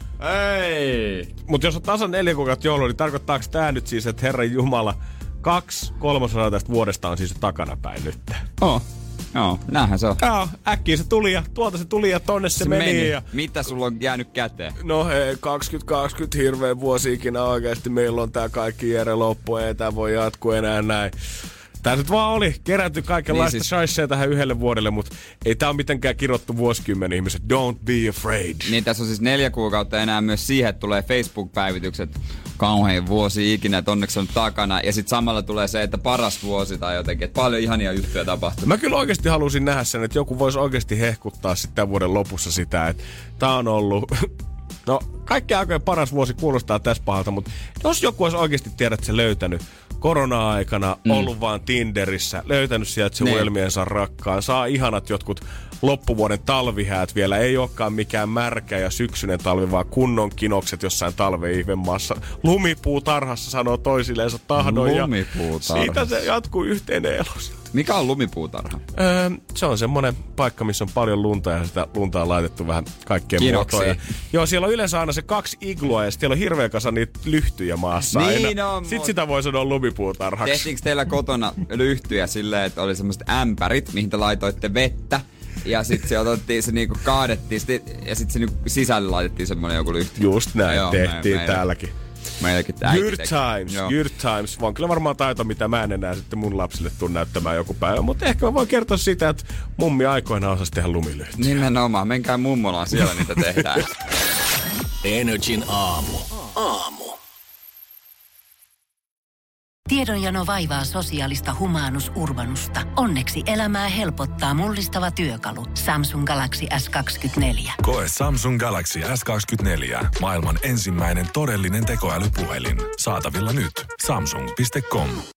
Ei. Mut jos on tasan 4 kuukautta joulua, niin tarkoittaako tää nyt siis, että Herran Jumala 2/3 tästä vuodesta on siis takanapäin nyt? Joo, näinhän se on. Joo, äkkiä se tuli ja tuolta se tuli ja tonne se meni. Ja... Mitä sulla on jäänyt käteen? No hei, 2020 hirveä vuosi ikinä oikeesti. Meillä on tää kaikki Jere loppu, ei tää voi jatkuu enää näin. Tää nyt vaan oli kerätty kaikenlaista niin shaisseja tähän yhdelle vuodelle, mutta ei tää ole mitenkään kirottu vuosikymmenen ihmiset. Don't be afraid. Niin tässä on siis 4 kuukautta enää myös siihen, että tulee Facebook-päivitykset. Kauhein vuosi ikinä, että onneksi on takana. Ja sitten samalla tulee se, että paras vuosi tai jotenkin, että paljon ihania juttuja tapahtuu. Mä kyllä oikeasti halusin nähdä sen, että joku voisi oikeasti hehkuttaa sitten tämän vuoden lopussa sitä, että tää on ollut... No, kaikki aikojen paras vuosi kuulostaa tässä pahalta, mutta jos joku olisi oikeasti tiedät se löytänyt korona-aikana, ollut vaan Tinderissä, löytänyt sieltä se unelmiensa rakkaan, saa ihanat jotkut loppuvuoden talvihäät vielä, ei olekaan mikään märkä ja syksyinen talvi, vaan kunnon kinokset jossain talve-ihvemaassa. Lumipuutarhassa sanoo toisilleensa tahdon ja siitä se jatkuu yhteinen elos. Mikä on lumipuutarha? Se on semmoinen paikka, missä on paljon lunta ja sitä lunta on laitettu vähän kaikkeen muotoja. Joo, siellä on yleensä aina se 2 iglua ja siellä on hirveä kasa niitä lyhtyjä maassa. Niin on. Sitten sitä voi sanoa lumipuutarhaksi. Tehtiinkö teillä kotona lyhtyjä silleen, että oli semmoiset ämpärit, mihin te laitoitte vettä? Ja sitten se otettiin, se niinku kaadettiin ja sitten se niinku sisälle laitettiin semmoinen joku lyhty. Just näin, joo, tehtiin täälläkin. Good times. Vaan kyllä varmaan taito, mitä mä en enää sitten mun lapsille tuun näyttämään joku päivä. Mutta ehkä mä voin kertoa sitä, että mummi aikoinaan osasi tehdä lumilyhtyä. Nimenomaan, menkää mummolaan, siellä niitä tehdään. Energin aamu. Tiedonjano vaivaa sosiaalista humanus urbanusta. Onneksi elämää helpottaa mullistava työkalu. Samsung Galaxy S24. Koe Samsung Galaxy S24. Maailman ensimmäinen todellinen tekoälypuhelin. Saatavilla nyt. Samsung.com.